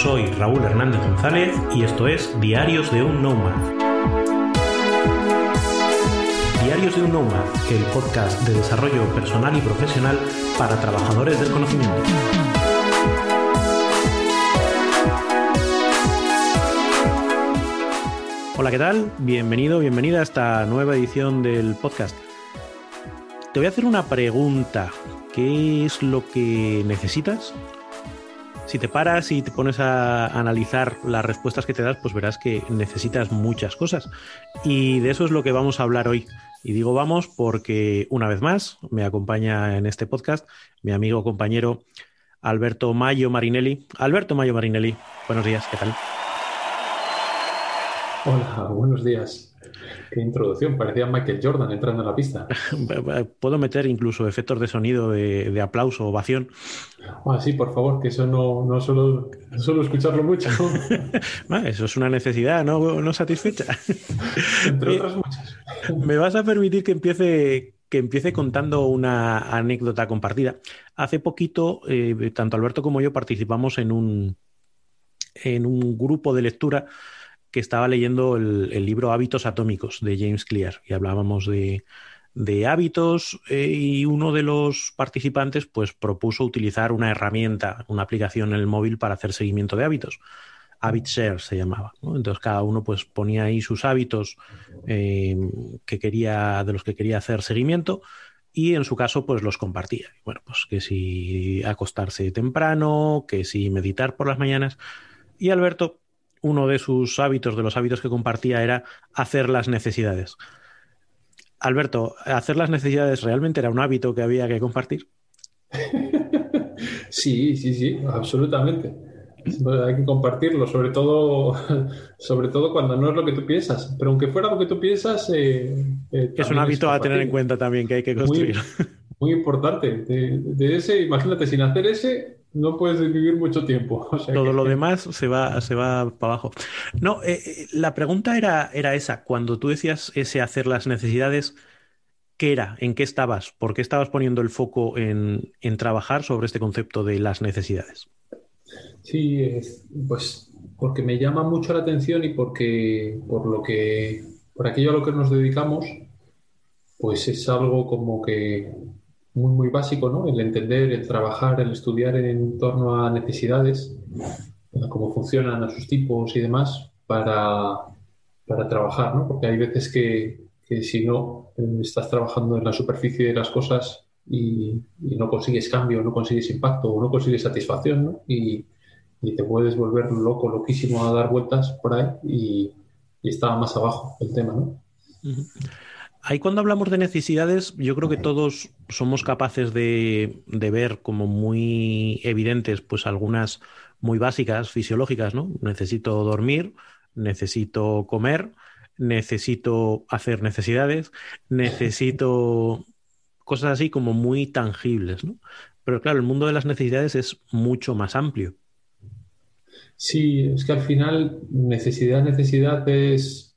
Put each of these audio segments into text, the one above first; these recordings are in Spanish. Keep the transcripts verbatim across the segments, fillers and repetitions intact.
Soy Raúl Hernández González y esto es Diarios de un Nómad. Diarios de un Nómad, el podcast de desarrollo personal y profesional para trabajadores del conocimiento. Hola, ¿qué tal? Bienvenido, bienvenida a esta nueva edición del podcast. Te voy a hacer una pregunta. ¿Qué es lo que necesitas? Si te paras y te pones a analizar las respuestas que te das, pues verás que necesitas muchas cosas. Y de eso es lo que vamos a hablar hoy. Y digo vamos porque, una vez más, me acompaña en este podcast mi amigo, compañero Alberto Mayo Marinelli. Alberto Mayo Marinelli, buenos días, ¿qué tal? Hola, buenos días. Qué introducción, parecía Michael Jordan entrando en la pista. Puedo meter incluso efectos de sonido de, de aplauso, ovación. Ah, sí, por favor, que eso no, no suelo, no suelo escucharlo mucho. Bueno, eso es una necesidad no, no satisfecha. Entre Oye, otras muchas. ¿me vas a permitir que empiece, que empiece contando una anécdota compartida? Hace poquito, eh, tanto Alberto como yo participamos en un, en un grupo de lectura que estaba leyendo el, el libro Hábitos Atómicos de James Clear y hablábamos de, de hábitos eh, y uno de los participantes pues propuso utilizar una herramienta, una aplicación en el móvil para hacer seguimiento de hábitos. HabitShare se llamaba, ¿no? Entonces cada uno pues ponía ahí sus hábitos eh, que quería, de los que quería hacer seguimiento y en su caso pues los compartía. Bueno, pues que si acostarse temprano, que si meditar por las mañanas. Y Alberto, uno de sus hábitos, de los hábitos que compartía, era hacer las necesidades. Alberto, ¿hacer las necesidades realmente era un hábito que había que compartir? Sí, sí, sí, absolutamente. Hay que compartirlo, sobre todo, sobre todo cuando no es lo que tú piensas. Pero aunque fuera lo que tú piensas, eh, eh, Es un también es hábito a tener en compartible. cuenta también que hay que construir. Muy, muy importante. De, de ese, imagínate, sin hacer ese, no puedes vivir mucho tiempo. O sea Todo lo que demás se va, se va para abajo. No, eh, eh, la pregunta era, era esa. Cuando tú decías ese hacer las necesidades, ¿qué era? ¿En qué estabas? ¿Por qué estabas poniendo el foco en, en trabajar sobre este concepto de las necesidades? sí, es- pues porque me llama mucho la atención y porque por lo que, por aquello a lo que nos dedicamos, pues es algo como que muy, muy básico, ¿no? El entender, el trabajar, el estudiar en torno a necesidades, a cómo funcionan, a sus tipos y demás, para, para trabajar, ¿no? Porque hay veces que, que si no eh, estás trabajando en la superficie de las cosas y, y no consigues cambio, no consigues impacto o no consigues satisfacción, ¿no? Y, y te puedes volver loco, loquísimo a dar vueltas por ahí y, y está más abajo el tema, ¿no? Ujú. Ahí cuando hablamos de necesidades, yo creo que todos somos capaces de, de ver como muy evidentes, pues algunas muy básicas, fisiológicas, ¿no? Necesito dormir, necesito comer, necesito hacer necesidades, necesito cosas así como muy tangibles, ¿no? Pero claro, el mundo de las necesidades es mucho más amplio. Sí, es que al final necesidad, necesidad es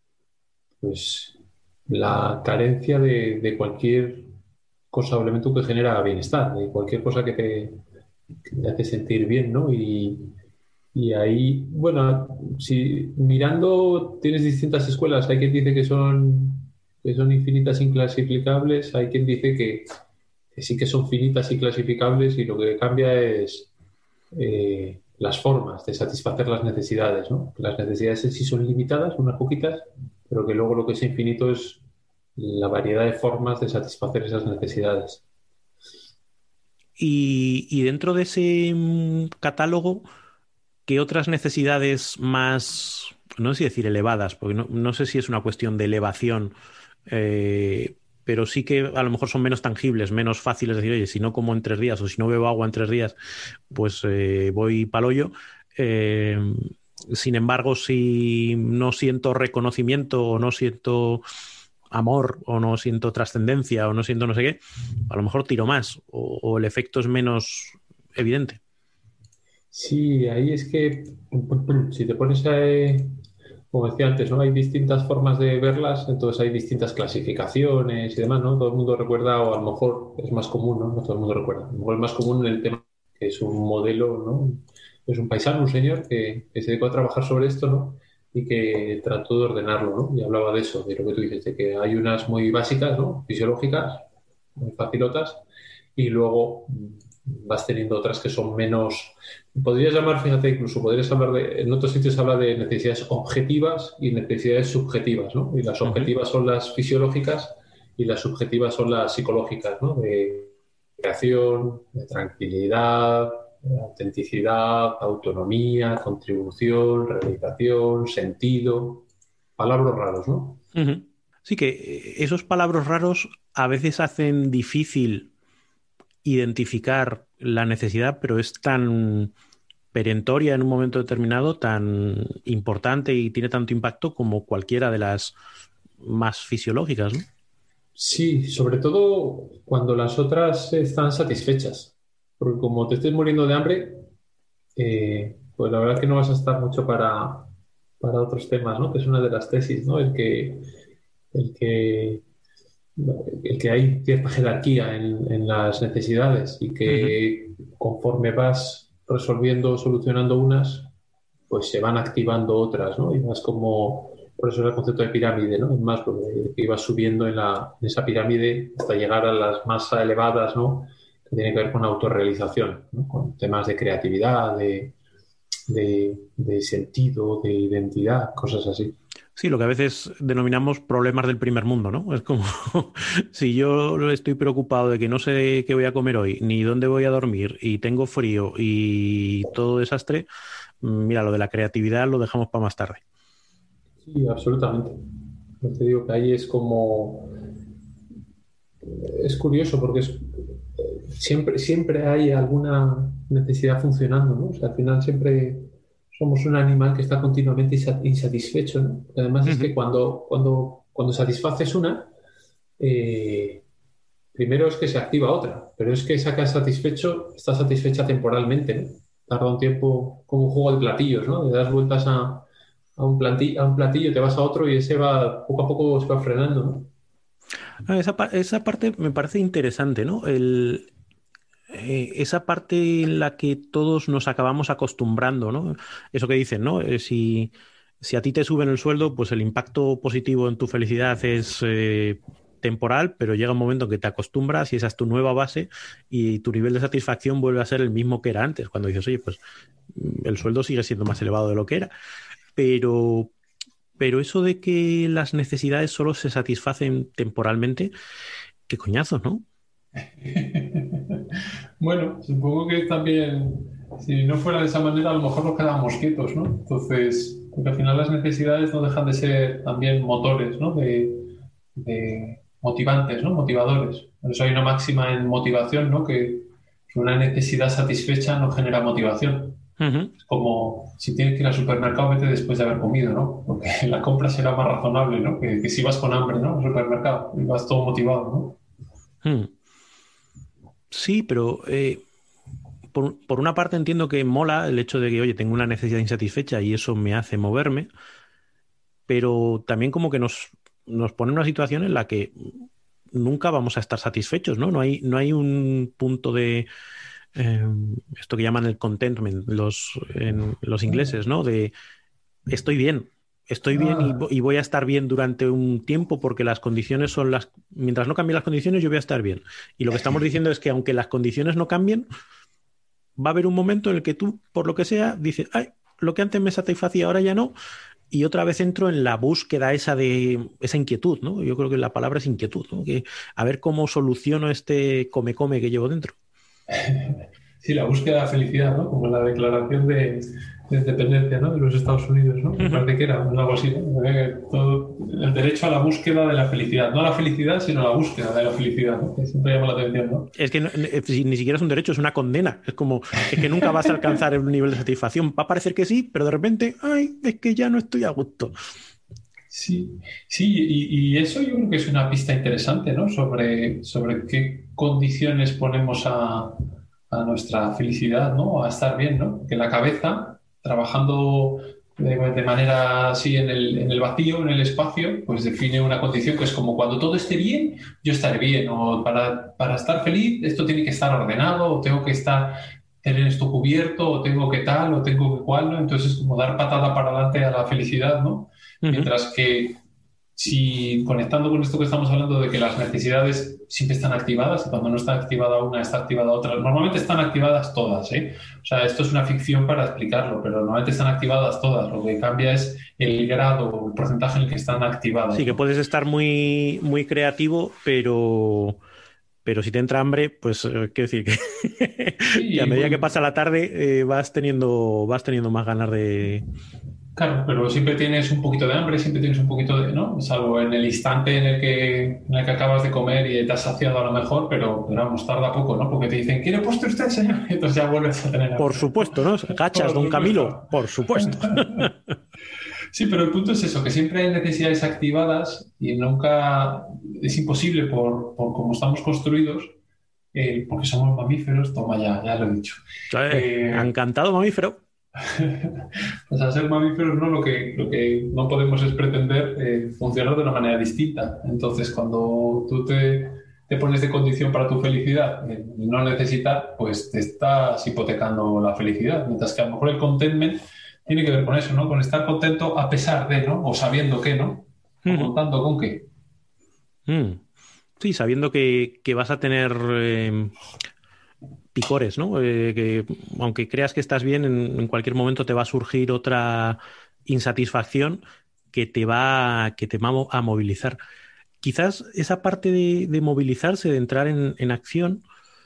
pues la carencia de, de cualquier cosa o elemento que genera bienestar, de cualquier cosa que te, que te hace sentir bien, ¿no? Y, y ahí, bueno, si mirando tienes distintas escuelas, hay quien dice que son, que son infinitas inclasificables, hay quien dice que, que sí que son finitas y clasificables y lo que cambia es eh, las formas de satisfacer las necesidades, ¿no? Que las necesidades en sí son limitadas, unas poquitas, pero que luego lo que es infinito es la variedad de formas de satisfacer esas necesidades. Y, y dentro de ese mm, catálogo, ¿qué otras necesidades más, no sé si decir elevadas, porque no, no sé si es una cuestión de elevación, eh, pero sí que a lo mejor son menos tangibles, menos fáciles de decir, oye, si no como en tres días o si no bebo agua en tres días, pues eh, voy pa'l hoyo. Eh, Sin embargo, si no siento reconocimiento o no siento amor o no siento trascendencia o no siento no sé qué, a lo mejor tiro más o, o el efecto es menos evidente. Sí, ahí es que si te pones a, eh, como decía antes, ¿no? Hay distintas formas de verlas, entonces hay distintas clasificaciones y demás, ¿no? Todo el mundo recuerda, o a lo mejor es más común, ¿no? No todo el mundo recuerda. A lo mejor es más común el tema que es un modelo, ¿no? es un paisano, un señor que, que se dedicó a trabajar sobre esto, ¿no? Y que trató de ordenarlo, ¿no? Y hablaba de eso, de lo que tú dices, de que hay unas muy básicas, ¿no? Fisiológicas, muy facilotas, y luego mm, vas teniendo otras que son menos. Podrías llamar, fíjate, incluso podrías hablar de, en otros sitios habla de necesidades objetivas y necesidades subjetivas, ¿no? Y las Ujú. objetivas son las fisiológicas y las subjetivas son las psicológicas, ¿no? De creación, de tranquilidad, de autenticidad, autonomía, contribución, realización, sentido, palabras raros, ¿no? Ujú. Sí que eh, esos palabras raros a veces hacen difícil identificar la necesidad, pero es tan perentoria en un momento determinado, tan importante y tiene tanto impacto como cualquiera de las más fisiológicas, ¿no? Sí, sobre todo cuando las otras están satisfechas, porque como te estés muriendo de hambre, eh, pues la verdad es que no vas a estar mucho para, para otros temas, ¿no? Que es una de las tesis, ¿no? El que, el que, el que hay cierta jerarquía en, en las necesidades y Ujú. que conforme vas resolviendo o solucionando unas, pues se van activando otras, ¿no? Y vas como, por eso es el concepto de pirámide, ¿no? Es más, porque ibas subiendo en, la, en esa pirámide hasta llegar a las más elevadas, ¿no? Que tienen que ver con autorrealización, ¿no? Con temas de creatividad, de, de, de sentido, de identidad, cosas así. Sí, lo que a veces denominamos problemas del primer mundo, ¿no? Es como si yo estoy preocupado de que no sé qué voy a comer hoy, ni dónde voy a dormir, y tengo frío y todo desastre, mira, lo de la creatividad lo dejamos para más tarde. Sí, absolutamente. Yo te digo que ahí es como, es curioso porque es, siempre, siempre hay alguna necesidad funcionando, ¿no? O sea, al final siempre somos un animal que está continuamente insa- insatisfecho, ¿no? Además es que Ujú. cuando, cuando, cuando satisfaces una, eh, primero es que se activa otra, pero es que esa que has satisfecho está satisfecha temporalmente, ¿no? Tarda un tiempo como un juego de platillos, ¿no? Le das vueltas a, a un platillo, a un platillo, te vas a otro y ese va, poco a poco se va frenando, ¿no? Ah, esa, pa- esa parte me parece interesante, ¿no? El, eh, esa parte en la que todos nos acabamos acostumbrando, ¿no? Eso que dicen, ¿no? Eh, si, si a ti te suben el sueldo, pues el impacto positivo en tu felicidad es eh, temporal, pero llega un momento en que te acostumbras y esa es tu nueva base y tu nivel de satisfacción vuelve a ser el mismo que era antes, cuando dices, oye, pues mm, el sueldo sigue siendo más elevado de lo que era. Pero, pero eso de que las necesidades solo se satisfacen temporalmente, qué coñazo, ¿no? Bueno, supongo que también, si no fuera de esa manera, a lo mejor nos quedamos quietos, ¿no? Entonces, porque al final las necesidades no dejan de ser también motores, ¿no? De, de motivantes, ¿no? Motivadores. Por eso hay una máxima en motivación, ¿no? Que, que una necesidad satisfecha no genera motivación. Ujú. Es como si tienes que ir al supermercado, vete después de haber comido, ¿no? Porque la compra será más razonable, ¿no? Que, que si vas con hambre, ¿no? Al supermercado y vas todo motivado, ¿no? Mm. Sí, pero eh, por, por una parte entiendo que mola el hecho de que, oye, tengo una necesidad insatisfecha y eso me hace moverme, pero también como que nos, nos pone en una situación en la que nunca vamos a estar satisfechos, ¿no? No hay, no hay un punto de eh, esto que llaman el contentment los, en, los ingleses, ¿no? De estoy bien, estoy bien y, vo- Ah, y voy a estar bien durante un tiempo porque las condiciones son las... Mientras no cambien las condiciones, yo voy a estar bien. Y lo que estamos diciendo es que aunque las condiciones no cambien, va a haber un momento en el que tú, por lo que sea, dices, ay, lo que antes me satisfacía ahora ya no, y otra vez entro en la búsqueda esa de esa inquietud, ¿no? Yo creo que la palabra es inquietud, ¿no? Que a ver cómo soluciono este come-come que llevo dentro. sí, la búsqueda de la felicidad, ¿no? Como la declaración de, de independencia, ¿no? De los Estados Unidos, ¿no? Me Ujú. parece que era algo así, ¿no? Eh, todo- el derecho a la búsqueda de la felicidad. No a la felicidad, sino a la búsqueda de la felicidad, ¿no? Que siempre llama la atención, ¿no? Es que no- eh, si- ni siquiera es un derecho, es una condena. Es como, es que nunca vas a alcanzar el nivel de satisfacción. Va a parecer que sí, pero de repente, ay, es que ya no estoy a gusto. Sí, sí, y, y eso yo creo que es una pista interesante, ¿no? Sobre, sobre qué condiciones ponemos a, a nuestra felicidad, ¿no? A estar bien, ¿no? Que la cabeza, trabajando de, de manera así en el, en el vacío, en el espacio, pues define una condición que es como cuando todo esté bien, yo estaré bien, o para, para estar feliz esto tiene que estar ordenado, o tengo que estar tener esto cubierto, o tengo que tal, o tengo que cual, ¿no? Entonces es como dar patada para adelante a la felicidad, ¿no? Ujú. Mientras que si conectando con esto que estamos hablando de que las necesidades siempre están activadas y cuando no está activada una está activada otra, normalmente están activadas todas, ¿eh? O sea, esto es una ficción para explicarlo, pero normalmente están activadas todas. Lo que cambia es el grado o el porcentaje en el que están activadas, Sí, que ¿no? puedes estar muy, muy creativo, pero, pero si te entra hambre, pues eh, quiero decir que, que a Sí, medida pues, que pasa la tarde eh, vas teniendo, vas teniendo más ganas de... claro, pero siempre tienes un poquito de hambre, siempre tienes un poquito de, ¿no? Salvo en el instante en el que, en el que acabas de comer y te has saciado a lo mejor, pero, pero vamos, tarda poco, ¿no? Porque te dicen, ¿quiere postre usted, señor? Y entonces ya vuelves a tener Por hambre, ¿no? supuesto, ¿no? Gachas, Por don Camilo, supuesto. por supuesto. Sí, pero el punto es eso, que siempre hay necesidades activadas y nunca es imposible por, por cómo estamos construidos, eh, porque somos mamíferos, toma ya, ya lo he dicho. Eh, Eh, encantado, mamífero. pues al ser mamíferos, ¿no? Lo que, lo que no podemos es pretender eh, funcionar de una manera distinta. Entonces, cuando tú te, te pones de condición para tu felicidad, eh, no necesitar, pues te estás hipotecando la felicidad. Mientras que a lo mejor el contentment tiene que ver con eso, ¿no? Con estar contento a pesar de, ¿no? O sabiendo que, ¿no? O Ujú. contando con que. Mm. Sí, sabiendo que, que vas a tener eh, picores, ¿no? Eh, que aunque creas que estás bien, en, en cualquier momento te va a surgir otra insatisfacción que te va, que te va a mo- a movilizar. Quizás esa parte de, de movilizarse, de entrar en, en acción,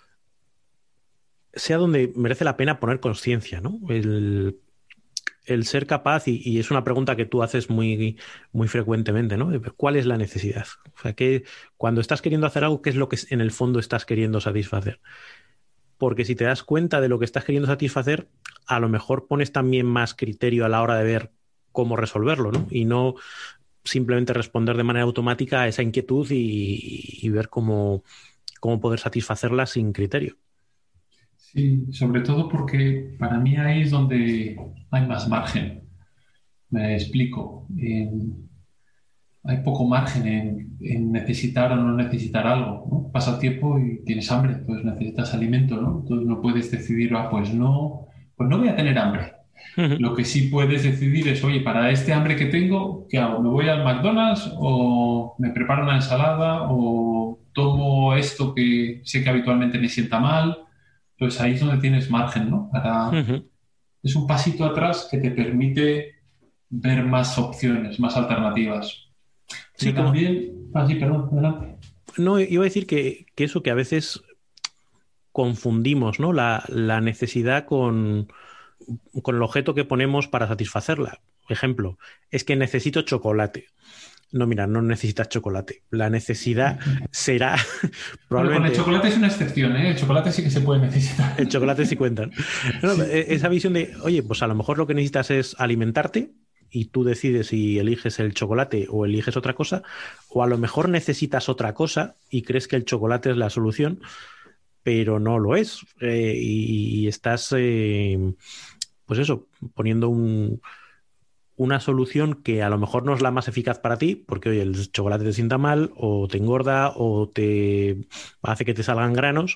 sea donde merece la pena poner conciencia, ¿no? El, el ser capaz, y, y es una pregunta que tú haces muy, muy frecuentemente, ¿no? ¿Cuál es la necesidad? O sea, que cuando estás queriendo hacer algo, ¿qué es lo que en el fondo estás queriendo satisfacer? Porque si te das cuenta de lo que estás queriendo satisfacer, a lo mejor pones también más criterio a la hora de ver cómo resolverlo, ¿no? Y no simplemente responder de manera automática a esa inquietud y, y ver cómo, cómo poder satisfacerla sin criterio. Sí, sobre todo porque para mí ahí es donde hay más margen. Me explico. Eh, hay poco margen en, en necesitar o no necesitar algo, ¿no? Pasa tiempo y tienes hambre, pues necesitas alimento, ¿no? Entonces no puedes decidir, ah, pues no, pues no voy a tener hambre. Ujú. Lo que sí puedes decidir es, oye, para este hambre que tengo, ¿qué hago? ¿Me voy al McDonald's o me preparo una ensalada o tomo esto que sé que habitualmente me sienta mal? Pues ahí es donde tienes margen, ¿no? Para... Ujú. Es un pasito atrás que te permite ver más opciones, más alternativas. Sí, Pero como, también, ah, sí, perdón, adelante. no, iba a decir que, que eso, que a veces confundimos, ¿no? La, la necesidad con, con el objeto que ponemos para satisfacerla. Ejemplo, es que necesito chocolate. No, mira, no necesitas chocolate. La necesidad será Bueno, con el probablemente chocolate es una excepción, ¿eh? El chocolate sí que se puede necesitar. el chocolate si cuentan. No, Sí. e- esa visión de, oye, pues a lo mejor lo que necesitas es alimentarte y tú decides si eliges el chocolate o eliges otra cosa, o a lo mejor necesitas otra cosa y crees que el chocolate es la solución, pero no lo es. Eh, y, y estás, eh, pues eso, poniendo un, una solución que a lo mejor no es la más eficaz para ti, porque oye, el chocolate te sienta mal, o te engorda, o te hace que te salgan granos,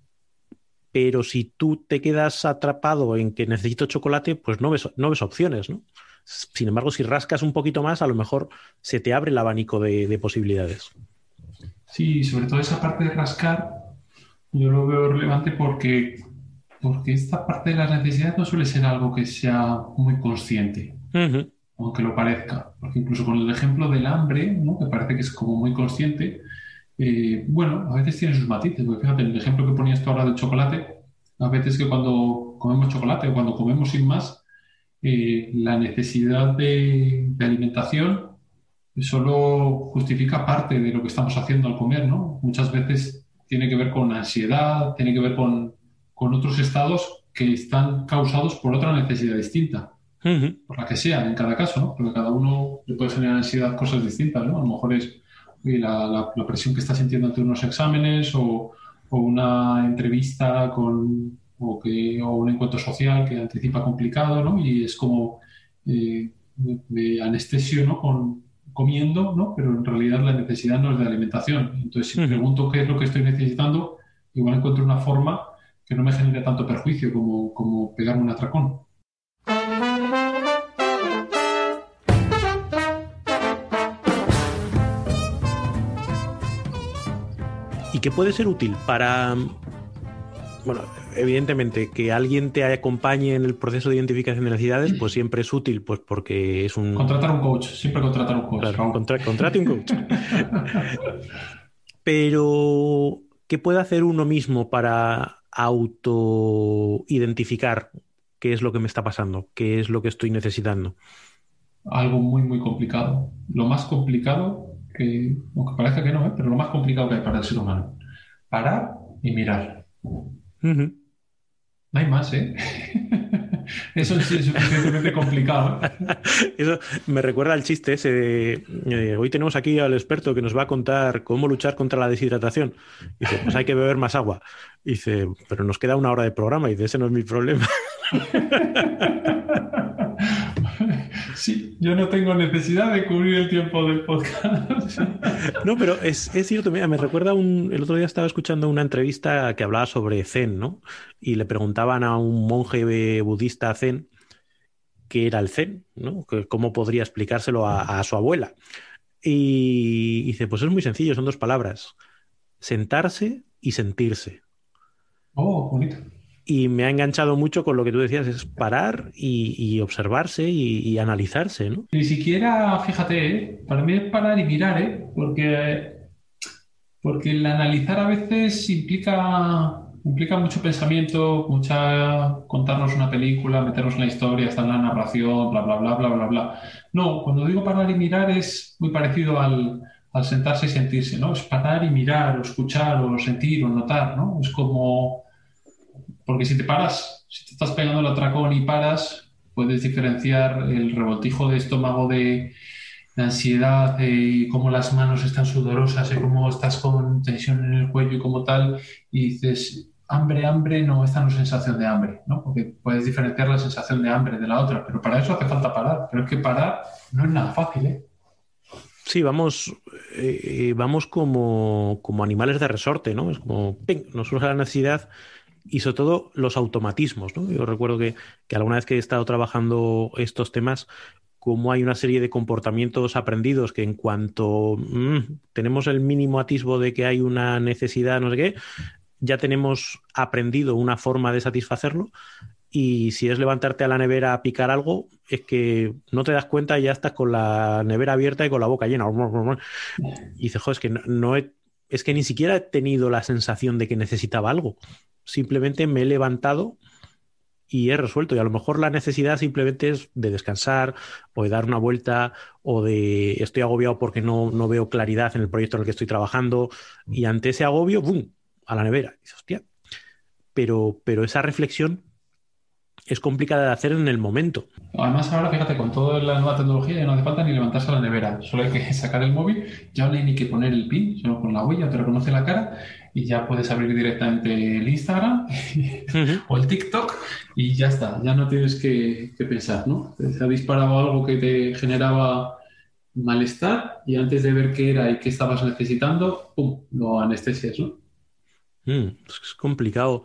pero si tú te quedas atrapado en que necesito chocolate, pues no ves, no ves opciones, ¿no? Sin embargo, si rascas un poquito más, a lo mejor se te abre el abanico de, de posibilidades. Sí, sobre todo esa parte de rascar, yo lo veo relevante porque, porque esta parte de las necesidades no suele ser algo que sea muy consciente, Ujú. aunque lo parezca. Porque incluso con el ejemplo del hambre, ¿no? Que parece que es como muy consciente, eh, bueno, a veces tiene sus matices. Porque fíjate, el ejemplo que ponías tú ahora del chocolate, a veces que cuando comemos chocolate o cuando comemos sin más, eh, la necesidad de, de alimentación solo justifica parte de lo que estamos haciendo al comer, ¿no? Muchas veces tiene que ver con ansiedad, tiene que ver con, con otros estados que están causados por otra necesidad distinta, Ujú. por la que sea en cada caso, ¿no? Porque cada uno le puede generar ansiedad cosas distintas, ¿no? A lo mejor es oye, la, la, la presión que está sintiendo ante unos exámenes o, o una entrevista con, o, que, o un encuentro social que anticipa complicado, ¿no? Y es como eh, me, me anestesio, ¿no? Con, comiendo, ¿no? Pero en realidad la necesidad no es de alimentación. Entonces, si Ujú. pregunto qué es lo que estoy necesitando, igual encuentro una forma que no me genere tanto perjuicio como, como pegarme un atracón. ¿Y qué puede ser útil para, bueno, evidentemente, que alguien te acompañe en el proceso de identificación de necesidades, pues siempre es útil, pues porque es un... Contratar un coach, siempre contratar un coach, Claro, Raúl. contra- contrate un coach. Pero, ¿qué puede hacer uno mismo para autoidentificar qué es lo que me está pasando? ¿Qué es lo que estoy necesitando? Algo muy, muy complicado. Lo más complicado que, aunque parezca que no, ¿eh? Pero lo más complicado que hay para el ser humano. Parar y mirar. Ujú. No hay más, ¿eh? Eso en sí es suficientemente complicado, ¿eh? Eso me recuerda al chiste ese de, eh, hoy tenemos aquí al experto que nos va a contar cómo luchar contra la deshidratación. Dice, pues hay que beber más agua. Dice, pero nos queda una hora de programa. Y dice, ese no es mi problema. Sí, yo no tengo necesidad de cubrir el tiempo del podcast. No, pero es, es cierto, mira, me recuerda un, el otro día estaba escuchando una entrevista que hablaba sobre Zen, ¿no? Y le preguntaban a un monje budista Zen qué era el Zen, ¿no? Que cómo podría explicárselo a, a su abuela. Y dice, pues es muy sencillo, son dos palabras, sentarse y sentirse. Oh, bonito. Y me ha enganchado mucho con lo que tú decías, es parar y, y observarse y, y analizarse, ¿no? Ni siquiera, fíjate, ¿eh? Para mí es parar y mirar, ¿eh? Porque, porque el analizar a veces implica, implica mucho pensamiento, mucha contarnos una película, meternos en la historia, estar en la narración, bla, bla, bla, bla, bla, bla. No, cuando digo parar y mirar es muy parecido al, al sentarse y sentirse, ¿no? Es parar y mirar, o escuchar, o sentir, o notar, ¿no? Es como porque si te paras, si te estás pegando el atracón y paras, puedes diferenciar el revoltijo de estómago de, de ansiedad eh, y cómo las manos están sudorosas y cómo estás con tensión en el cuello y como tal, y dices, hambre, hambre, no, esta no es sensación de hambre, ¿no? Porque puedes diferenciar la sensación de hambre de la otra, pero para eso hace falta parar. Pero es que parar no es nada fácil, ¿eh? Sí, vamos, eh, eh, vamos como, como animales de resorte, ¿no? Es como, ¡ping!, nos surge la necesidad y sobre todo los automatismos, ¿no? Yo recuerdo que, que alguna vez que he estado trabajando estos temas, como hay una serie de comportamientos aprendidos que en cuanto mm, tenemos el mínimo atisbo de que hay una necesidad, no sé qué, ya tenemos aprendido una forma de satisfacerlo y si es levantarte a la nevera a picar algo, es que no te das cuenta y ya estás con la nevera abierta y con la boca llena. Y dices, joder, es que no, no he, es que ni siquiera he tenido la sensación de que necesitaba algo. Simplemente me he levantado y he resuelto. Y a lo mejor la necesidad simplemente es de descansar o de dar una vuelta o de estoy agobiado porque no, no veo claridad en el proyecto en el que estoy trabajando. Y ante ese agobio, ¡bum!, a la nevera. Y dices, hostia, pero, pero esa reflexión es complicada de hacer en el momento. Además, ahora fíjate, con toda la nueva tecnología ya no hace falta ni levantarse a la nevera, solo hay que sacar el móvil, ya no hay ni que poner el PIN, solo con la huella te reconoce la cara y ya puedes abrir directamente el Instagram Uh -huh. o el TikTok y ya está, ya no tienes que, que pensar, ¿no? Te ha disparado algo que te generaba malestar y antes de ver qué era y qué estabas necesitando, ¡pum!, lo anestesias, ¿no? Mm, es complicado.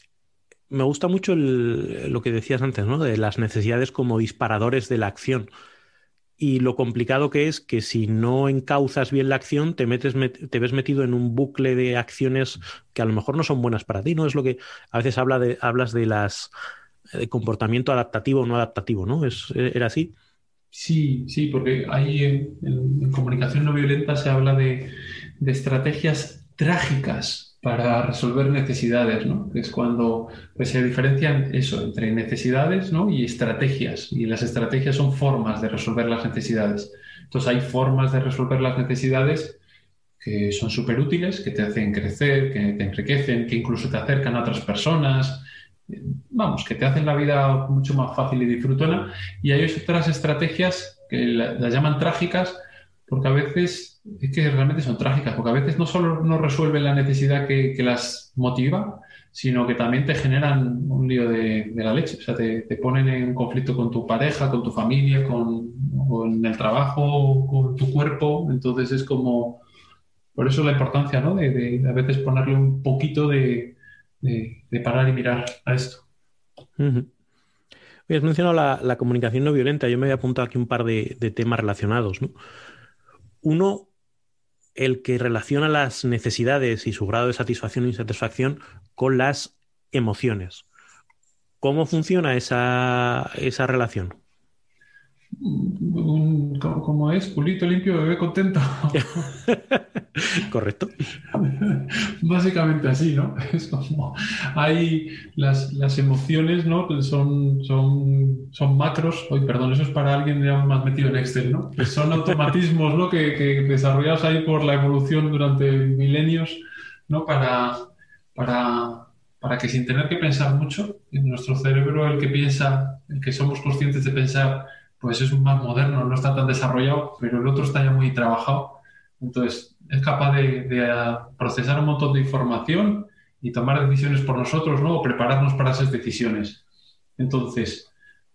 Me gusta mucho el- lo que decías antes, ¿no? De las necesidades como disparadores de la acción. Y lo complicado que es que si no encauzas bien la acción, te metes, met- te ves metido en un bucle de acciones que a lo mejor no son buenas para ti, ¿no? Es lo que a veces habla de, hablas de las de comportamiento adaptativo o no adaptativo, ¿no? Es, era así. Sí, sí, porque ahí en, en- en comunicación no violenta se habla de, de estrategias trágicas para resolver necesidades, ¿no? Que es cuando pues, se diferencian eso entre necesidades, ¿no?, y estrategias. Y las estrategias son formas de resolver las necesidades. Entonces hay formas de resolver las necesidades que son súper útiles, que te hacen crecer, que te enriquecen, que incluso te acercan a otras personas, eh, vamos, que te hacen la vida mucho más fácil y disfrutona. Y hay otras estrategias que la- las llaman trágicas, porque a veces, es que realmente son trágicas, porque a veces no solo no resuelven la necesidad que, que las motiva, sino que también te generan un lío de, de la leche. O sea, te, te ponen en conflicto con tu pareja, con tu familia, con, con el trabajo, con tu cuerpo. Entonces es como por eso la importancia, ¿no?, de, de a veces ponerle un poquito de, de, de parar y mirar a esto. Ujú. Oye, has mencionado la, la comunicación no violenta. Yo me había apuntado aquí un par de, de temas relacionados, ¿no? Uno, el que relaciona las necesidades y su grado de satisfacción o insatisfacción con las emociones. ¿Cómo funciona esa, esa relación? Un- ¿cómo cómo es? Culito limpio, bebé contento. ¿Correcto? Básicamente así, ¿no? Es como hay las, las emociones, ¿no? Pues son, son, son macros. Hoy, perdón, eso es para alguien ya más metido en Excel, ¿no? Pues son automatismos, ¿no? Que, que desarrollados ahí por la evolución durante milenios, ¿no? Para, para, para que sin tener que pensar mucho, en nuestro cerebro el que piensa, el que somos conscientes de pensar, pues es un más moderno, no está tan desarrollado, pero el otro está ya muy trabajado. Entonces, es capaz de, de, uh, procesar un montón de información y tomar decisiones por nosotros, ¿no? O prepararnos para esas decisiones. Entonces,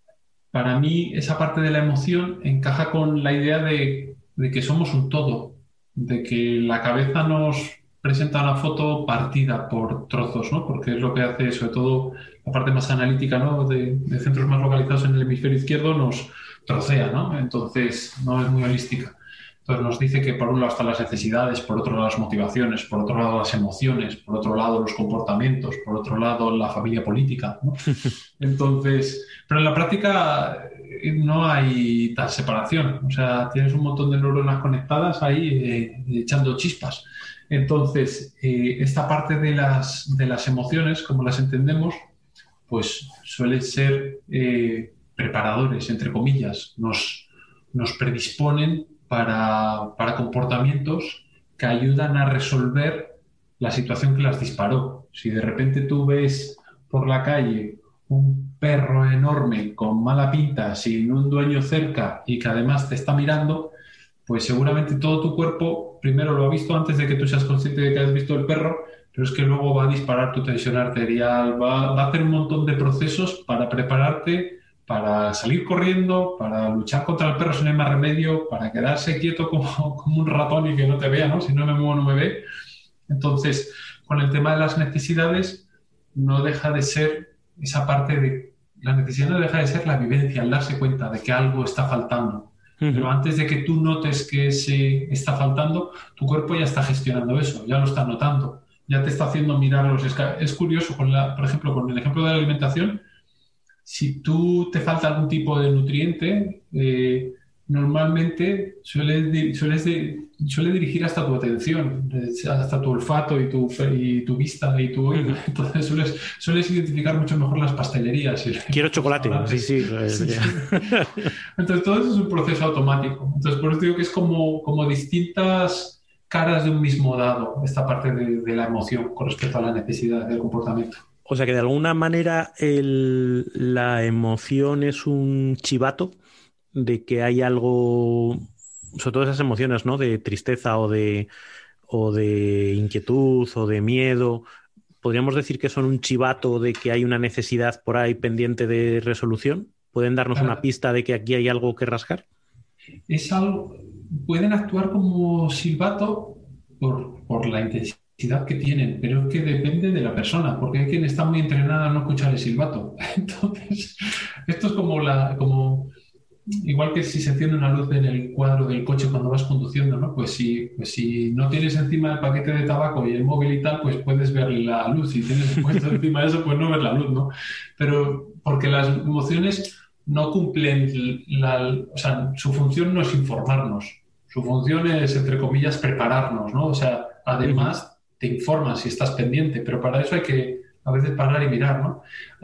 para mí, esa parte de la emoción encaja con la idea de, de que somos un todo, de que la cabeza nos presenta una foto partida por trozos, ¿no? Porque es lo que hace, sobre todo, la parte más analítica, ¿no? De, de centros más localizados en el hemisferio izquierdo, nos trocea, ¿no? Entonces, no es muy holística. Entonces nos dice que por un lado están las necesidades, por otro lado las motivaciones, por otro lado las emociones, por otro lado los comportamientos, por otro lado la familia política, ¿no? Entonces, pero en la práctica eh, no hay tal separación. O sea, tienes un montón de neuronas conectadas ahí eh, echando chispas. Entonces, eh, esta parte de las, de las emociones, como las entendemos, pues suelen ser eh, preparadores, entre comillas, nos, nos predisponen para, para comportamientos que ayudan a resolver la situación que las disparó. Si de repente tú ves por la calle un perro enorme con mala pinta, sin un dueño cerca y que además te está mirando, pues seguramente todo tu cuerpo primero lo ha visto antes de que tú seas consciente de que has visto el perro, pero es que luego va a disparar tu tensión arterial, va, va a hacer un montón de procesos para prepararte para salir corriendo, para luchar contra el perro si no hay más remedio, para quedarse quieto como, como un ratón y que no te vea, ¿no? Si no me muevo, no me ve. Entonces, con el tema de las necesidades, no deja de ser esa parte de... La necesidad no deja de ser la vivencia, el darse cuenta de que algo está faltando. Pero Ujú. antes de que tú notes que se está faltando, tu cuerpo ya está gestionando eso, ya lo está notando, ya te está haciendo mirar los... esca- Es curioso, con la, por ejemplo, con el ejemplo de la alimentación, si tú te falta algún tipo de nutriente, eh, normalmente sueles, di- sueles di- suele dirigir hasta tu atención, eh, hasta tu olfato y tu, fe- y tu vista y tu oído. Ujú. Entonces sueles, sueles identificar mucho mejor las pastelerías y Quiero los chocolate, sí, restaurantes. sí. Sí, eh, sí. Entonces todo eso es un proceso automático. Entonces por eso digo que es como, como distintas caras de un mismo dado, esta parte de, de la emoción con respecto a la necesidad del comportamiento. O sea que de alguna manera el- la emoción es un chivato de que hay algo, sobre todo esas emociones, ¿no? De tristeza o de, o de inquietud o de miedo. ¿Podríamos decir que son un chivato de que hay una necesidad por ahí pendiente de resolución? ¿Pueden darnos una Claro, pista de que aquí hay algo que rascar? es algo, pueden actuar como silbato por, por la intensidad que tienen, pero es que depende de la persona, porque hay quien está muy entrenado a no escuchar el silbato. Entonces, esto es como la, como, igual que si se enciende una luz en el cuadro del coche cuando vas conduciendo, ¿no? Pues si, pues si no tienes encima el paquete de tabaco y el móvil y tal, pues puedes ver la luz. Si tienes puesto encima de eso, pues no ves la luz, ¿no? Pero porque las emociones no cumplen la, o sea, su función no es informarnos, su función es, entre comillas, prepararnos, ¿no? O sea, Ujú. además te informan si estás pendiente, pero para eso hay que a veces parar y mirar, ¿no?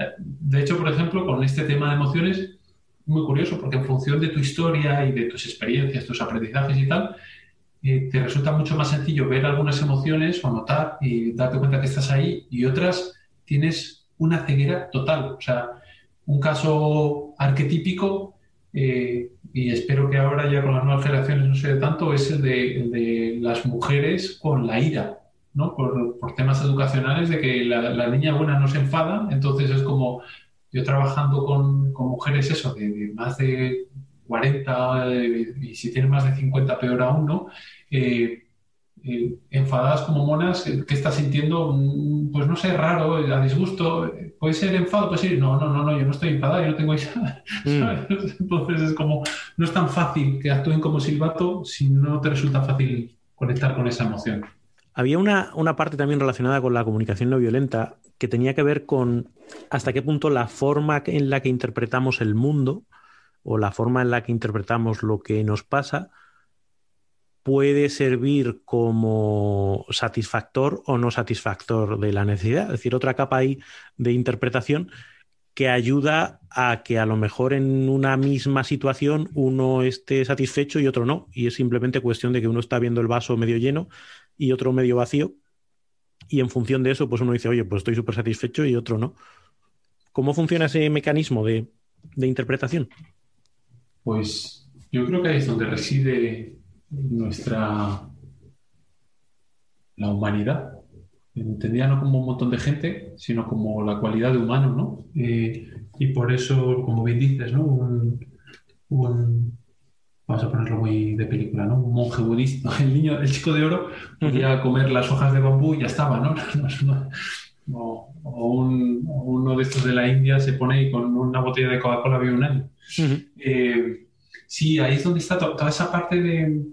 De hecho, por ejemplo, con este tema de emociones, muy curioso, porque en función de tu historia y de tus experiencias, tus aprendizajes y tal, eh, te resulta mucho más sencillo ver algunas emociones o notar y darte cuenta que estás ahí y otras tienes una ceguera total. O sea, un caso arquetípico, eh, y espero que ahora ya con las nuevas generaciones no se dé tanto, es el de, el de las mujeres con la ira, ¿no? Por, por temas educacionales de que la, la, niña buena no se enfada, entonces es como yo trabajando con, con mujeres eso, de, de más de cuarenta, eh, y si tienen más de cincuenta peor aún, ¿no? Eh, eh, enfadadas como monas, eh, ¿qué estás sintiendo? Mm, Pues no sé, raro, eh, a disgusto. Eh, ¿Puede ser enfado? Pues sí, no, no, no, no, yo no estoy enfadado, yo no tengo esa... Mm. ¿sabes? Entonces es como, no es tan fácil que actúen como silbato si no te resulta fácil conectar con esa emoción. Había una, una parte también relacionada con la comunicación no violenta que tenía que ver con hasta qué punto la forma en la que interpretamos el mundo o la forma en la que interpretamos lo que nos pasa puede servir como satisfactor o no satisfactor de la necesidad. Es decir, otra capa ahí de interpretación que ayuda a que a lo mejor en una misma situación uno esté satisfecho y otro no. Y es simplemente cuestión de que uno está viendo el vaso medio lleno y otro medio vacío. Y en función de eso, pues uno dice, oye, pues estoy súper satisfecho y otro no. ¿Cómo funciona ese mecanismo de, de interpretación? Pues yo creo que ahí es donde reside nuestra, la humanidad. Entendida no como un montón de gente, sino como la cualidad de humano, ¿no? Eh, y por eso, como bien dices, ¿no? Un, un- vamos a ponerlo muy de película, ¿no? Un monje budista, el niño, el chico de oro, Ujú, podía comer las hojas de bambú y ya estaba, ¿no? No, no, o, o un- o uno de estos de la India se pone y con una botella de Coca-Cola vive un año. ujú. Eh, sí, ahí es donde está to- toda esa parte de,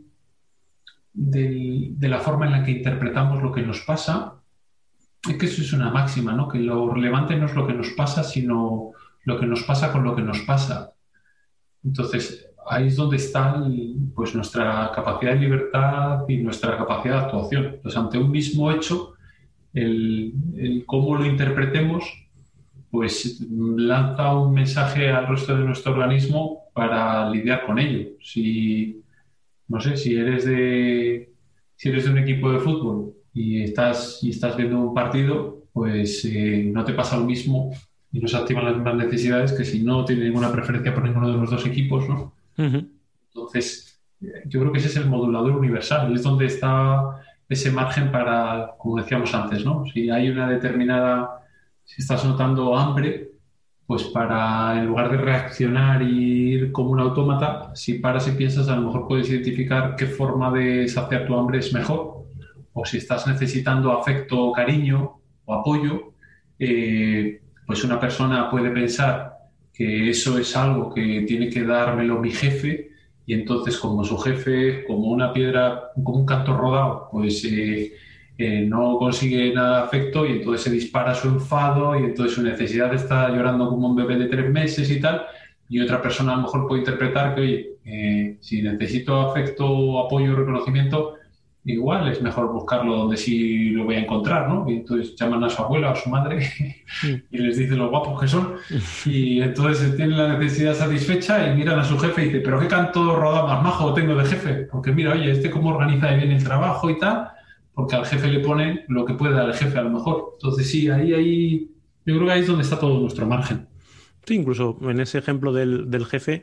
del- de la forma en la que interpretamos lo que nos pasa. Es que eso es una máxima, ¿no? Que lo relevante no es lo que nos pasa, sino lo que nos pasa con lo que nos pasa. Entonces, ahí es donde está el- pues, nuestra capacidad de libertad y nuestra capacidad de actuación. Entonces, ante un mismo hecho, el, el cómo lo interpretemos, pues lanza un mensaje al resto de nuestro organismo para lidiar con ello. Si, no sé, si eres de, si eres de un equipo de fútbol y estás, y estás viendo un partido, pues eh, no te pasa lo mismo y no se activan las mismas necesidades que si no tienes ninguna preferencia por ninguno de los dos equipos, ¿no? Ujú. Entonces, eh, yo creo que ese es el modulador universal, es donde está ese margen para, como decíamos antes, ¿no? Si hay una determinada, si estás notando hambre, pues para, en lugar de reaccionar y ir como un autómata, si paras y piensas, a lo mejor puedes identificar qué forma de saciar tu hambre es mejor, o si estás necesitando afecto, cariño o apoyo, eh, pues una persona puede pensar que eso es algo que tiene que dármelo mi jefe y entonces como su jefe, como una piedra, como un canto rodado, pues eh, eh, no consigue nada de afecto y entonces se dispara su enfado y entonces su necesidad está llorando como un bebé de tres meses y tal. Y otra persona a lo mejor puede interpretar que, oye, eh, si necesito afecto, apoyo, reconocimiento, igual es mejor buscarlo donde sí lo voy a encontrar, ¿no? Y entonces llaman a su abuela o a su madre Mm. y les dicen lo guapos que son y entonces tienen la necesidad satisfecha y miran a su jefe y dicen, pero qué canto rodado más majo tengo de jefe, porque mira, oye, este cómo organiza bien el trabajo y tal, porque al jefe le pone lo que puede dar el jefe a lo mejor. Entonces sí, ahí, ahí, yo creo que ahí es donde está todo nuestro margen. Sí, incluso en ese ejemplo del, del jefe,